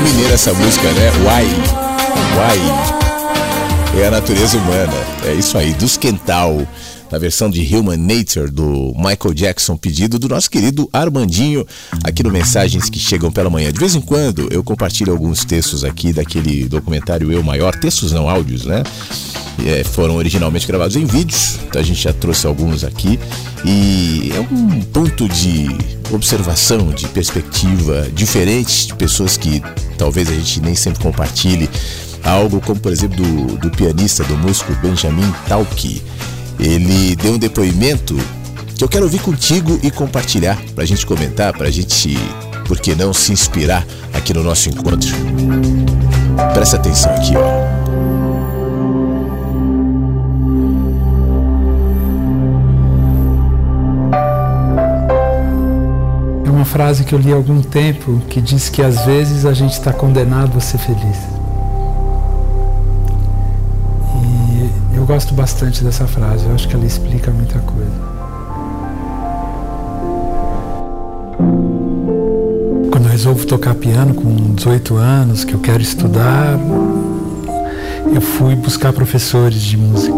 mineiro essa música, né? Why? Why? É a natureza humana. É isso aí, dos Quental. Na versão de Human Nature do Michael Jackson, pedido do nosso querido Armandinho, aqui no Mensagens que Chegam pela Manhã. De vez em quando eu compartilho alguns textos aqui daquele documentário Eu Maior, textos não áudios, né? É, foram originalmente gravados em vídeos, então a gente já trouxe alguns aqui, e é um ponto de observação, de perspectiva diferente de pessoas que talvez a gente nem sempre compartilhe. Algo como, por exemplo, do, do pianista, do músico Benjamin Tauchi. Ele deu um depoimento que eu quero ouvir contigo e compartilhar, pra gente comentar, pra gente, por que não, se inspirar aqui no nosso encontro. Presta atenção aqui, ó. É uma frase que eu li há algum tempo que diz que às vezes a gente está condenado a ser feliz. Eu gosto bastante dessa frase, eu acho que ela explica muita coisa. Quando eu resolvo tocar piano com dezoito anos, que eu quero estudar, eu fui buscar professores de música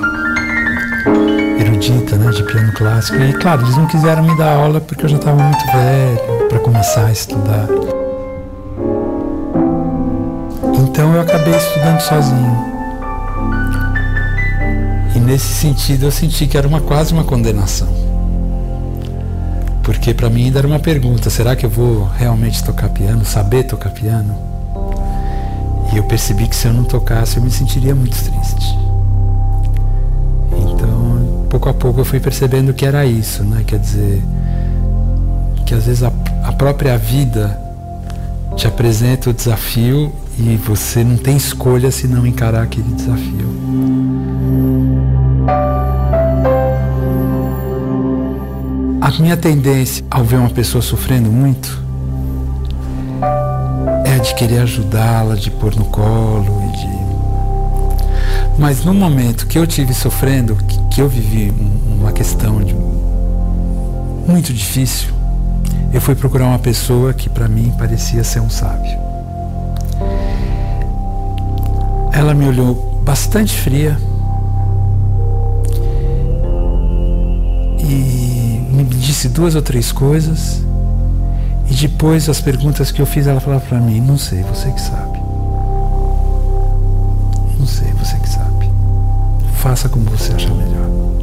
erudita, né, de piano clássico. E claro, eles não quiseram me dar aula porque eu já estava muito velho para começar a estudar. Então eu acabei estudando sozinho. E nesse sentido eu senti que era uma, quase uma condenação. Porque para mim ainda era uma pergunta, será que eu vou realmente tocar piano, saber tocar piano? E eu percebi que se eu não tocasse eu me sentiria muito triste. Então, pouco a pouco eu fui percebendo que era isso, né? Quer dizer, que às vezes a, a própria vida te apresenta o desafio e você não tem escolha se não encarar aquele desafio. A minha tendência ao ver uma pessoa sofrendo muito é a de querer ajudá-la, de pôr no colo e de... Mas no momento que eu tive sofrendo, que, que eu vivi uma questão de... muito difícil, eu fui procurar uma pessoa que para mim parecia ser um sábio. Ela me olhou bastante fria e me disse duas ou três coisas, e depois as perguntas que eu fiz, ela falava para mim: não sei, você que sabe. Não sei, você que sabe. Faça como você achar melhor.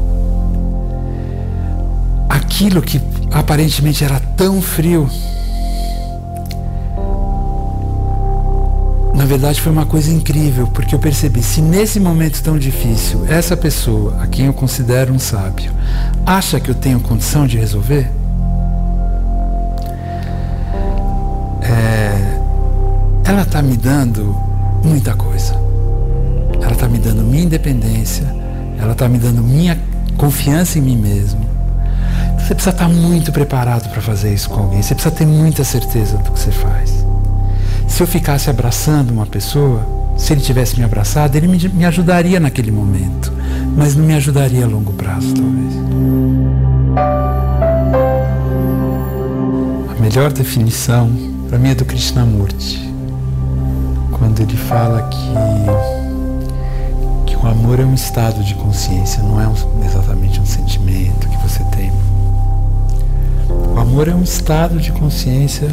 Aquilo que aparentemente era tão frio, na verdade foi uma coisa incrível, porque eu percebi, se nesse momento tão difícil, essa pessoa, a quem eu considero um sábio, acha que eu tenho condição de resolver, é, ela está me dando muita coisa. Ela está me dando minha independência, ela está me dando minha confiança em mim mesmo. Você precisa estar muito preparado para fazer isso com alguém, você precisa ter muita certeza do que você faz. Se eu ficasse abraçando uma pessoa, se ele tivesse me abraçado, ele me, me ajudaria naquele momento, mas não me ajudaria a longo prazo, talvez. A melhor definição, para mim, é do Krishnamurti, quando ele fala que, que o amor é um estado de consciência, não é um, exatamente um sentimento que você tem. O amor é um estado de consciência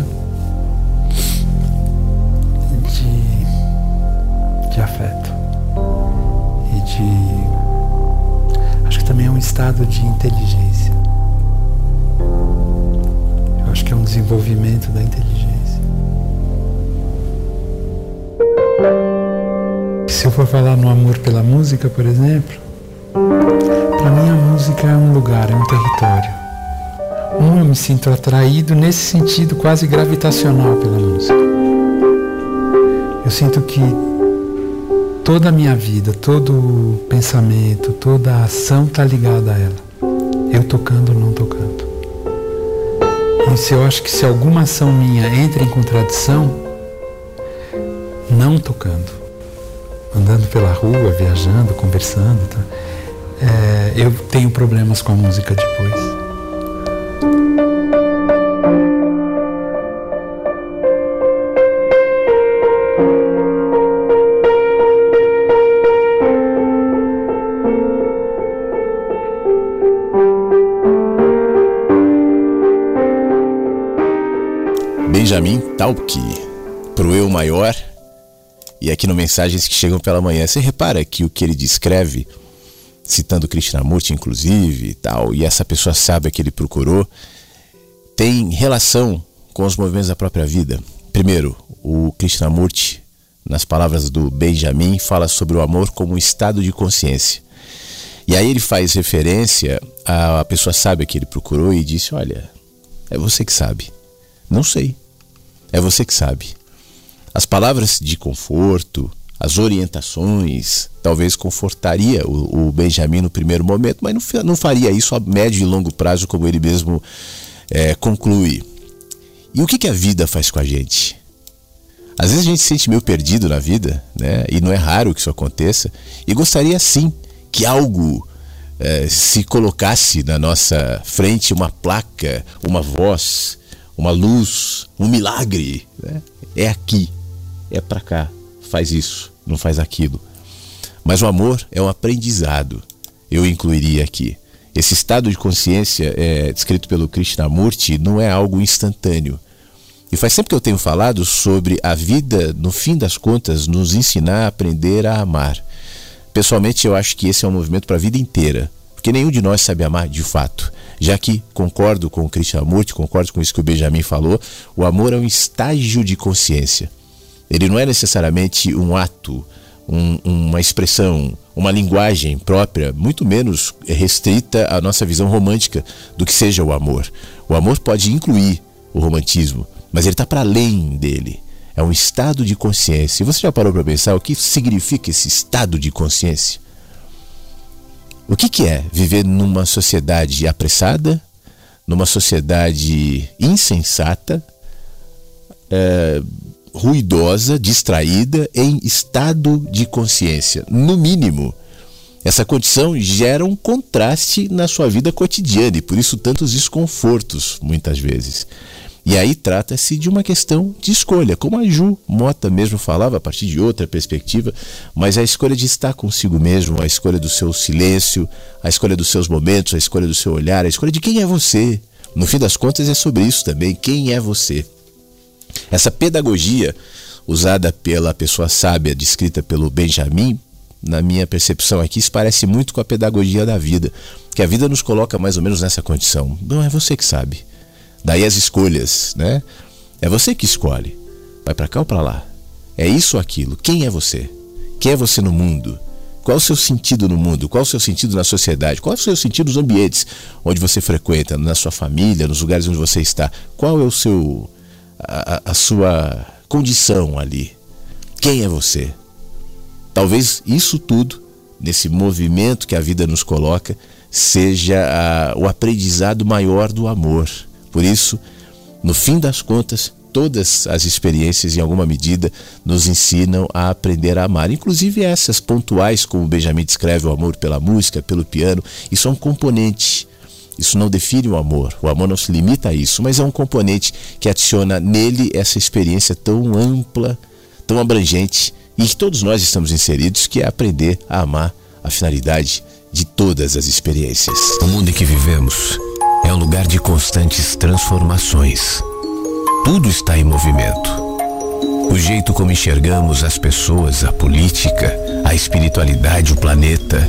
de afeto e de... acho que também é um estado de inteligência. Eu acho que é um desenvolvimento da inteligência. Se eu for falar no amor pela música, por exemplo, para mim a música é um lugar, é um território. Um, eu me sinto atraído nesse sentido quase gravitacional pela música. Eu sinto que toda a minha vida, todo o pensamento, toda a ação está ligada a ela. Eu tocando ou não tocando. E se eu acho que se alguma ação minha entra em contradição, não tocando, andando pela rua, viajando, conversando, tá? é, eu tenho problemas com a música depois. Benjamin Taupke, pro eu maior. E aqui no Mensagens que Chegam pela Manhã, você repara que o que ele descreve, citando Krishnamurti inclusive e tal, e essa pessoa sábia que ele procurou, tem relação com os movimentos da própria vida. Primeiro, o Krishnamurti, nas palavras do Benjamin, fala sobre o amor como um estado de consciência. E aí ele faz referência à pessoa sábia que ele procurou e disse: olha, é você que sabe. Não sei. É você que sabe. As palavras de conforto, as orientações, talvez confortaria o, o Benjamin no primeiro momento, mas não, não faria isso a médio e longo prazo, como ele mesmo é, conclui. E o que, que a vida faz com a gente? Às vezes a gente se sente meio perdido na vida, né? E não é raro que isso aconteça, e gostaria sim que algo é, se colocasse na nossa frente, uma placa, uma voz, uma luz, um milagre, né? É aqui, é pra cá, faz isso, não faz aquilo. Mas o amor é um aprendizado, eu incluiria aqui. Esse estado de consciência é, descrito pelo Krishnamurti não é algo instantâneo. E faz tempo que eu tenho falado sobre a vida, no fim das contas, nos ensinar a aprender a amar. Pessoalmente, eu acho que esse é um movimento para a vida inteira, porque nenhum de nós sabe amar de fato. Já que concordo com o Krishnamurti, concordo com isso que o Benjamin falou, o amor é um estágio de consciência. Ele não é necessariamente um ato, um, uma expressão, uma linguagem própria, muito menos restrita à nossa visão romântica do que seja o amor. O amor pode incluir o romantismo, mas ele está para além dele. É um estado de consciência. E você já parou para pensar o que significa esse estado de consciência? O que, que é viver numa sociedade apressada, numa sociedade insensata, é, ruidosa, distraída, em estado de consciência? No mínimo, essa condição gera um contraste na sua vida cotidiana e por isso tantos desconfortos, muitas vezes. E aí trata-se de uma questão de escolha, como a Ju Mota mesmo falava, a partir de outra perspectiva, mas a escolha de estar consigo mesmo, a escolha do seu silêncio, a escolha dos seus momentos, a escolha do seu olhar, a escolha de quem é você. No fim das contas é sobre isso também, quem é você. Essa pedagogia usada pela pessoa sábia, descrita pelo Benjamin, na minha percepção aqui, se parece muito com a pedagogia da vida, que a vida nos coloca mais ou menos nessa condição. Não é você que sabe. Daí as escolhas, né? É você que escolhe. Vai pra cá ou pra lá? É isso ou aquilo? Quem é você? Quem é você no mundo? Qual é o seu sentido no mundo? Qual é o seu sentido na sociedade? Qual é o seu sentido nos ambientes onde você frequenta? Na sua família, nos lugares onde você está? Qual é o seu, a, a sua condição ali? Quem é você? Talvez isso tudo, nesse movimento que a vida nos coloca, seja a, o aprendizado maior do amor. Por isso, no fim das contas, todas as experiências, em alguma medida, nos ensinam a aprender a amar. Inclusive essas pontuais, como o Benjamin descreve o amor pela música, pelo piano. Isso é um componente. Isso não define o amor. O amor não se limita a isso, mas é um componente que adiciona nele essa experiência tão ampla, tão abrangente, e que todos nós estamos inseridos, que é aprender a amar, a finalidade de todas as experiências. O mundo em que vivemos é um lugar de constantes transformações. Tudo está em movimento. O jeito como enxergamos as pessoas, a política, a espiritualidade, o planeta.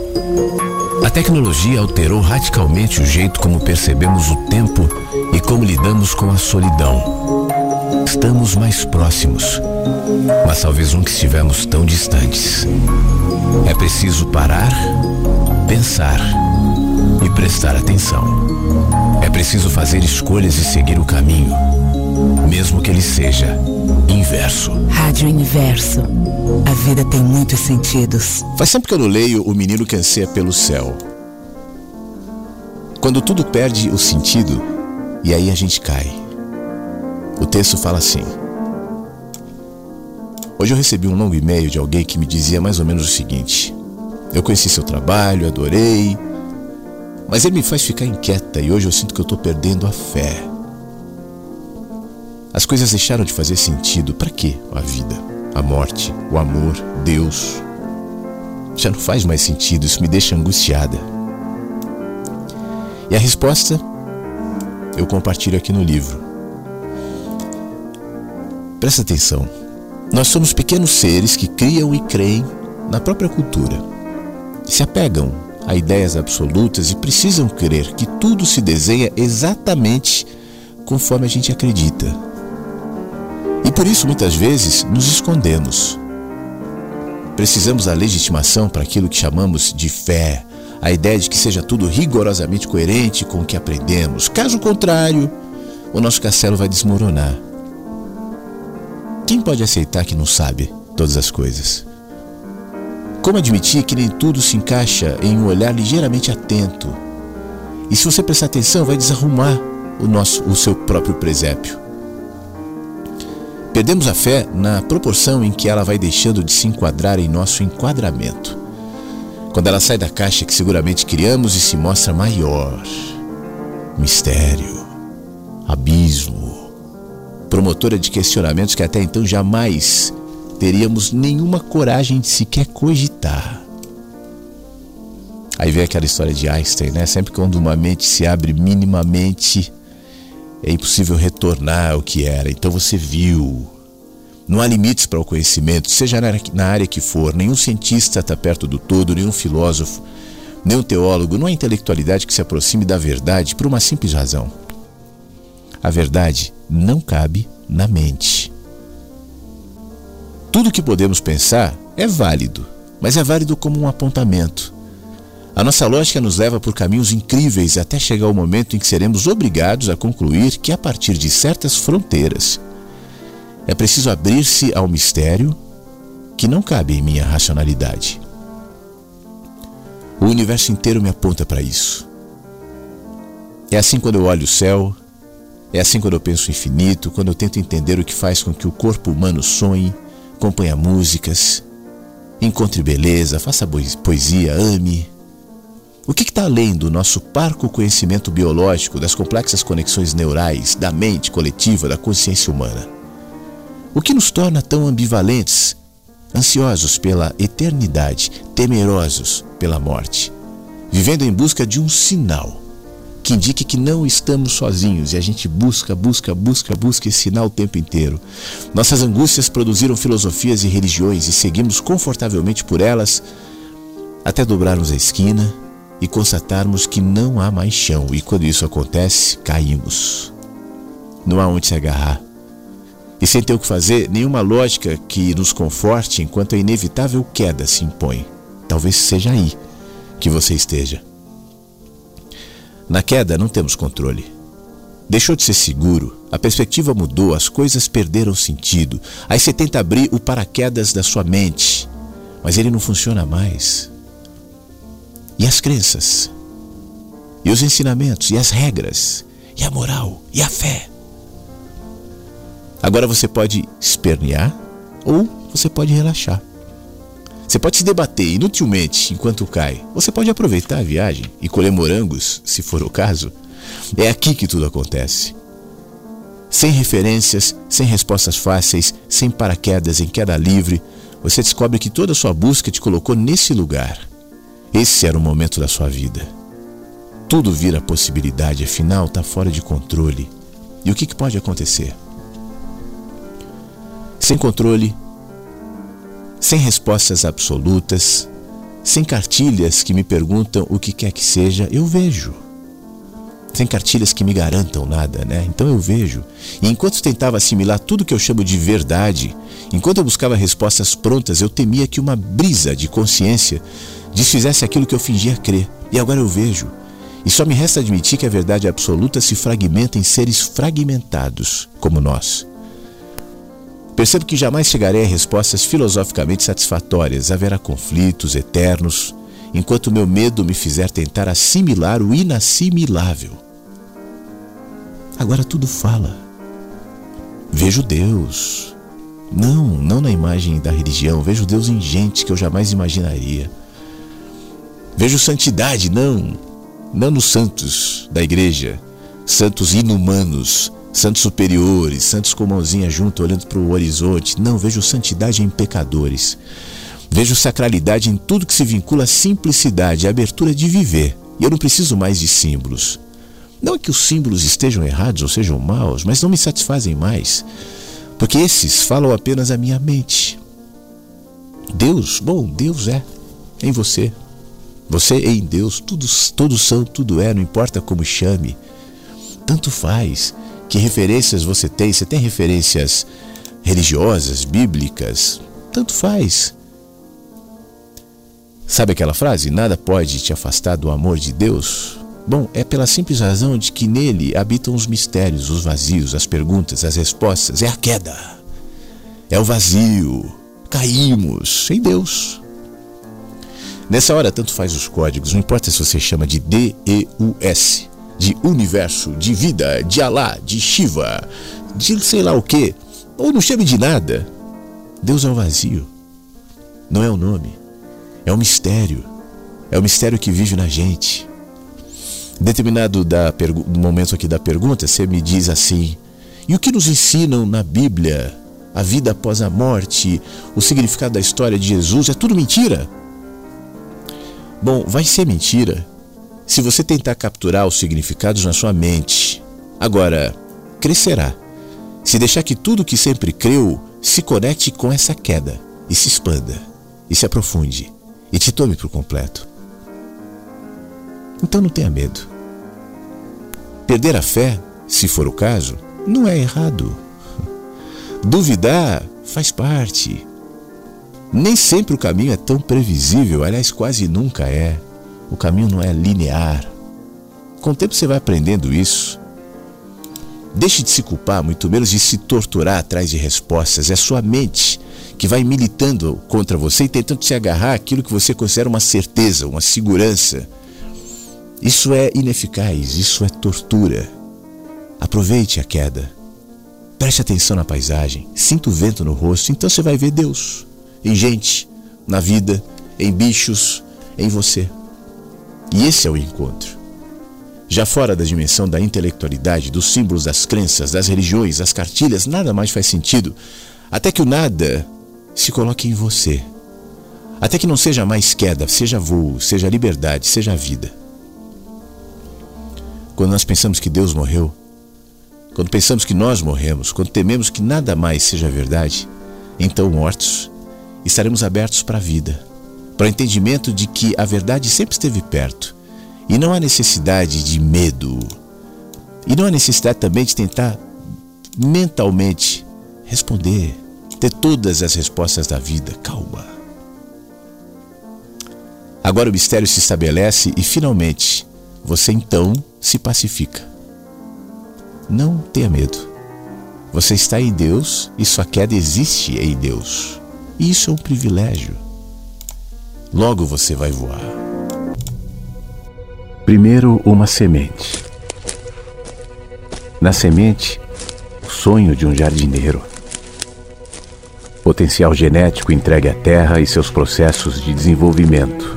A tecnologia alterou radicalmente o jeito como percebemos o tempo e como lidamos com a solidão. Estamos mais próximos, mas talvez nunca estivemos tão distantes. É preciso parar, pensar e prestar atenção. É preciso fazer escolhas e seguir o caminho, mesmo que ele seja inverso. Rádio Inverso. A vida tem muitos sentidos. Faz tempo que eu não leio O Menino que Anseia pelo Céu. Quando tudo perde o sentido, e aí a gente cai. O texto fala assim: hoje eu recebi um longo e-mail de alguém que me dizia mais ou menos o seguinte: eu conheci seu trabalho, adorei, mas ele me faz ficar inquieta e hoje eu sinto que eu estou perdendo a fé. As coisas deixaram de fazer sentido. Para quê? A vida, a morte, o amor, Deus. Já não faz mais sentido, isso me deixa angustiada. E a resposta eu compartilho aqui no livro. Presta atenção. Nós somos pequenos seres que criam e creem na própria cultura. Se apegam a ideias absolutas e precisam crer que tudo se desenha exatamente conforme a gente acredita. E por isso, muitas vezes, nos escondemos. Precisamos da legitimação para aquilo que chamamos de fé, a ideia de que seja tudo rigorosamente coerente com o que aprendemos. Caso contrário, o nosso castelo vai desmoronar. Quem pode aceitar que não sabe todas as coisas? Como admitir que nem tudo se encaixa em um olhar ligeiramente atento? E se você prestar atenção, vai desarrumar o, nosso, o seu próprio presépio. Perdemos a fé na proporção em que ela vai deixando de se enquadrar em nosso enquadramento. Quando ela sai da caixa que seguramente criamos e se mostra maior. Mistério, abismo, promotora de questionamentos que até então jamais teríamos nenhuma coragem de sequer cogitar. Aí vem aquela história de Einstein, né? Sempre quando uma mente se abre minimamente, é impossível retornar ao que era. Então você viu. Não há limites para o conhecimento, seja na área que for. Nenhum cientista está perto do todo, nenhum filósofo, nenhum teólogo. Não há intelectualidade que se aproxime da verdade por uma simples razão. A verdade não cabe na mente. Tudo que podemos pensar é válido, mas é válido como um apontamento. A nossa lógica nos leva por caminhos incríveis até chegar ao momento em que seremos obrigados a concluir que, a partir de certas fronteiras, é preciso abrir-se ao mistério que não cabe em minha racionalidade. O universo inteiro me aponta para isso. É assim quando eu olho o céu, é assim quando eu penso o infinito, quando eu tento entender o que faz com que o corpo humano sonhe, acompanhe músicas, encontre beleza, faça poesia, ame. O que está além do nosso parco conhecimento biológico, das complexas conexões neurais, da mente coletiva, da consciência humana? O que nos torna tão ambivalentes, ansiosos pela eternidade, temerosos pela morte, vivendo em busca de um sinal que indique que não estamos sozinhos, e a gente busca, busca, busca, busca esse sinal o tempo inteiro. Nossas angústias produziram filosofias e religiões e seguimos confortavelmente por elas até dobrarmos a esquina e constatarmos que não há mais chão, e quando isso acontece, caímos. Não há onde se agarrar. E sem ter o que fazer, nenhuma lógica que nos conforte enquanto a inevitável queda se impõe. Talvez seja aí que você esteja. Na queda não temos controle. Deixou de ser seguro, a perspectiva mudou, as coisas perderam sentido. Aí você tenta abrir o paraquedas da sua mente, mas ele não funciona mais. E as crenças? E os ensinamentos? E as regras? E a moral? E a fé? Agora você pode espernear ou você pode relaxar. Você pode se debater inutilmente enquanto cai. Você pode aproveitar a viagem e colher morangos, se for o caso. É aqui que tudo acontece. Sem referências, sem respostas fáceis, sem paraquedas em queda livre, você descobre que toda a sua busca te colocou nesse lugar. Esse era o momento da sua vida. Tudo vira possibilidade, afinal está fora de controle. E o que, que pode acontecer? Sem controle, sem respostas absolutas, sem cartilhas que me perguntam o que quer que seja, eu vejo. Sem cartilhas que me garantam nada, né? Então eu vejo. E enquanto tentava assimilar tudo que eu chamo de verdade, enquanto eu buscava respostas prontas, eu temia que uma brisa de consciência desfizesse aquilo que eu fingia crer. E agora eu vejo. E só me resta admitir que a verdade absoluta se fragmenta em seres fragmentados, como nós. Percebo que jamais chegarei a respostas filosoficamente satisfatórias. Haverá conflitos eternos, enquanto o meu medo me fizer tentar assimilar o inassimilável. Agora tudo fala. Vejo Deus. Não, não na imagem da religião. Vejo Deus em gente que eu jamais imaginaria. Vejo santidade, não. Não nos santos da igreja. Santos inumanos. Santos superiores, santos com mãozinha junto, olhando para o horizonte. Não, vejo santidade em pecadores. Vejo sacralidade em tudo que se vincula à simplicidade, à abertura de viver. E eu não preciso mais de símbolos. Não é que os símbolos estejam errados ou sejam maus, mas não me satisfazem mais. porque esses falam apenas a minha mente. Deus, bom, Deus é em você. Você é em Deus, todos, todos são, tudo é, não importa como chame. Tanto faz que referências você tem, você tem referências religiosas, bíblicas, tanto faz. Sabe aquela frase, nada pode te afastar do amor de Deus? Bom, é pela simples razão de que nele habitam os mistérios, os vazios, as perguntas, as respostas. É a queda, é o vazio, caímos em Deus. Nessa hora, tanto faz os códigos, não importa se você chama de D E U S, de universo, de vida, de Alá, de Shiva, de sei lá o que, ou não chame de nada. Deus é o vazio, não é o nome, é o mistério, é o mistério que vive na gente. Determinado da pergu- no momento aqui da pergunta, você me diz assim: e o que nos ensinam na Bíblia? A vida após a morte, o significado da história de Jesus, é tudo mentira? Bom, vai ser mentira se você tentar capturar os significados na sua mente. Agora, crescerá se deixar que tudo que sempre creu se conecte com essa queda e se expanda, e se aprofunde, e te tome por completo. Então não tenha medo. Perder a fé, se for o caso, não é errado. Duvidar faz parte. Nem sempre o caminho é tão previsível, aliás, quase nunca é. O caminho não é linear. Com o tempo você vai aprendendo isso. Deixe de se culpar, muito menos de se torturar atrás de respostas. É sua mente que vai militando contra você e tentando se agarrar àquilo que você considera uma certeza, uma segurança. Isso é ineficaz, isso é tortura. Aproveite a queda. Preste atenção na paisagem, sinta o vento no rosto, então você vai ver Deus. Em gente, na vida, em bichos, em você. E esse é o encontro. Já fora da dimensão da intelectualidade, dos símbolos, das crenças, das religiões, das cartilhas, nada mais faz sentido. Até que o nada se coloque em você. Até que não seja mais queda, seja voo, seja liberdade, seja vida. Quando nós pensamos que Deus morreu, quando pensamos que nós morremos, quando tememos que nada mais seja verdade, então mortos, estaremos abertos para a vida, para o entendimento de que a verdade sempre esteve perto. E não há necessidade de medo. E não há necessidade também de tentar mentalmente responder, ter todas as respostas da vida. Calma. Agora o mistério se estabelece e finalmente você então se pacifica. Não tenha medo. Você está em Deus e sua queda existe em Deus. E isso é um privilégio. Logo você vai voar. Primeiro, uma semente. Na semente, o sonho de um jardineiro. Potencial genético entregue à terra e seus processos de desenvolvimento.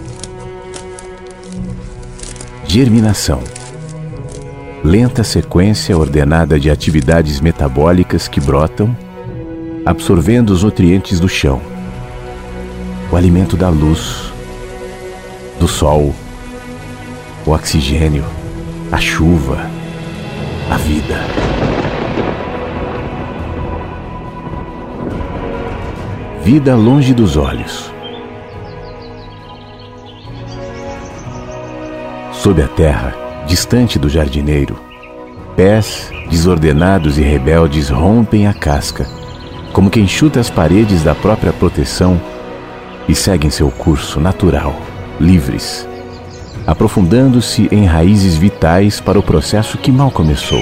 Germinação. Lenta sequência ordenada de atividades metabólicas que brotam, absorvendo os nutrientes do chão. O alimento da luz, do sol, o oxigênio, a chuva, a vida. Vida longe dos olhos. Sob a terra, distante do jardineiro, pés desordenados e rebeldes rompem a casca, como quem chuta as paredes da própria proteção e seguem seu curso natural, livres, aprofundando-se em raízes vitais para o processo que mal começou.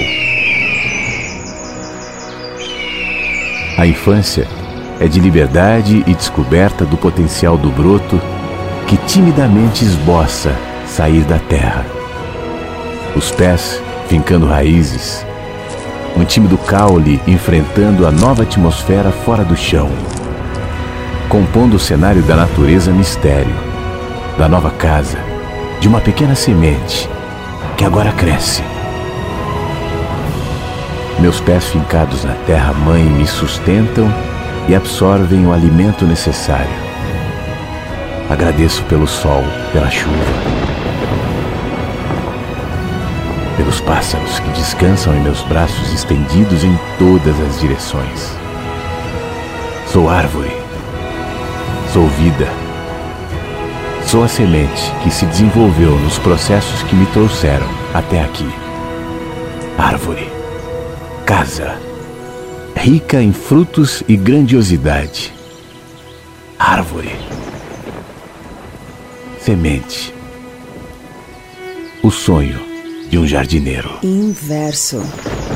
A infância é de liberdade e descoberta do potencial do broto que timidamente esboça sair da terra. Os pés fincando raízes, um tímido caule enfrentando a nova atmosfera fora do chão, compondo o cenário da natureza mistério, da nova casa, de uma pequena semente que agora cresce. Meus pés fincados na terra-mãe me sustentam e absorvem o alimento necessário. Agradeço pelo sol, pela chuva, pelos pássaros que descansam em meus braços estendidos em todas as direções. Sou árvore. Sou vida. Sou a semente que se desenvolveu nos processos que me trouxeram até aqui. Árvore. Casa. Rica em frutos e grandiosidade. Árvore. Semente. O sonho de um jardineiro. Inverso.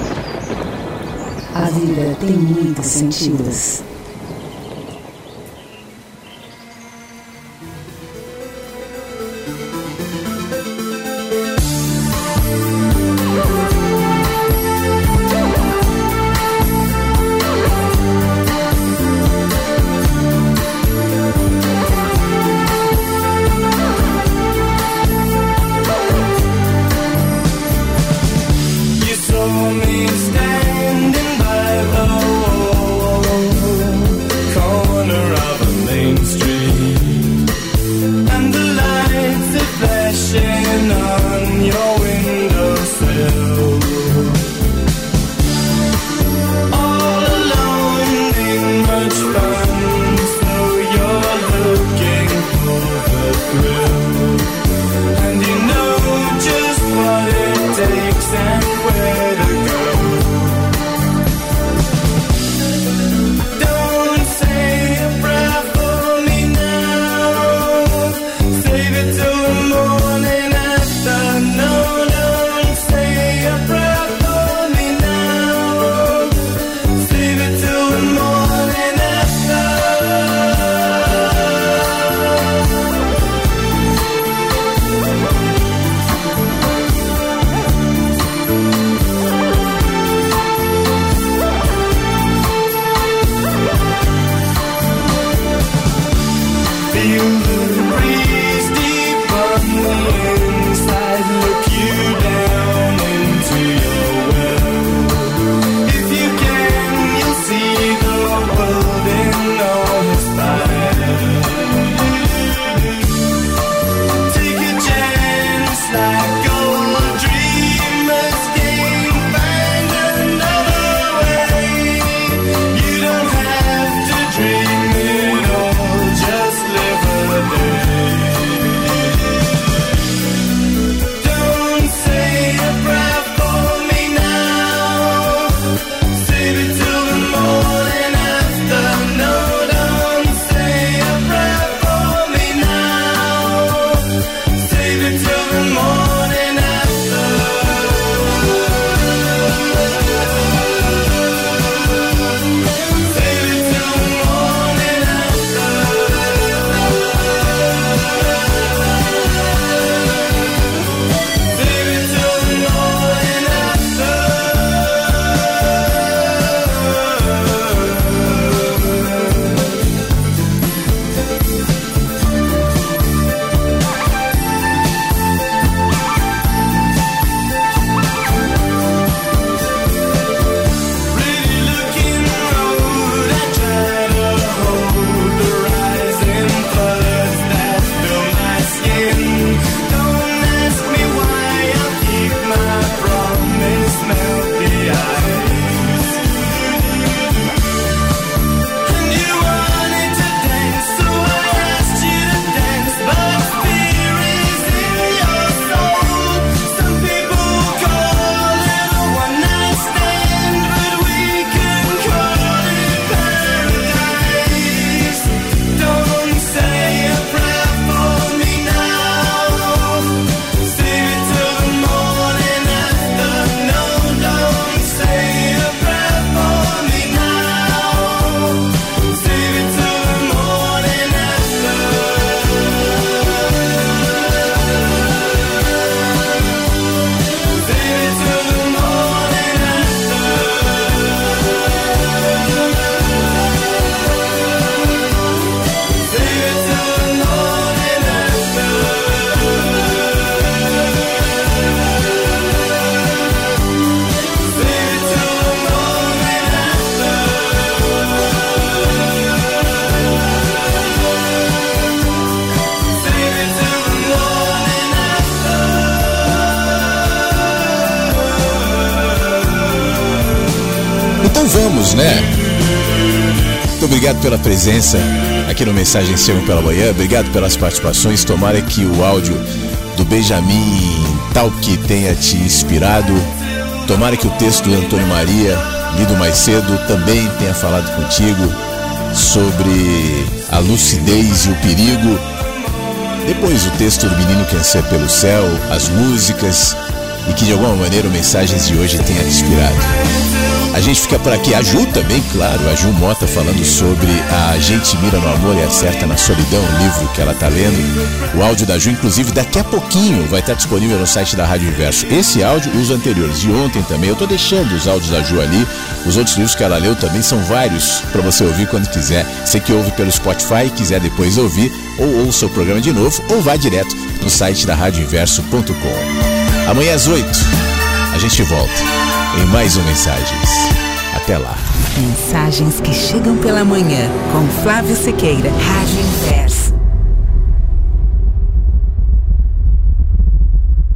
A vida tem muitos sentidos. Então vamos, né? Muito obrigado pela presença aqui no Mensagens Chegam pela Manhã. Obrigado pelas participações. Tomara que o áudio do Benjamin Talk tenha te inspirado. Tomara que o texto do Antônio Maria, lido mais cedo, também tenha falado contigo sobre a lucidez e o perigo. Depois o texto do Menino que Anseia pelo Céu, as músicas, e que de alguma maneira o Mensagens de hoje tenha te inspirado. A gente fica por aqui. A Ju também, claro, a Ju Mota falando sobre A Gente Mira no Amor e Acerta na Solidão, o livro que ela está lendo. O áudio da Ju, inclusive, daqui a pouquinho vai estar disponível no site da Rádio Inverso. Esse áudio e os anteriores de ontem também. Eu estou deixando os áudios da Ju ali. Os outros livros que ela leu também são vários para você ouvir quando quiser. Você que ouve pelo Spotify, quiser depois ouvir, ou ouça o programa de novo, ou vá direto no site da rádio inverso ponto com. Amanhã às oito, a gente volta em mais um Mensagens. Até lá. Mensagens que chegam pela manhã com Flávio Sequeira, Rádio Inverso.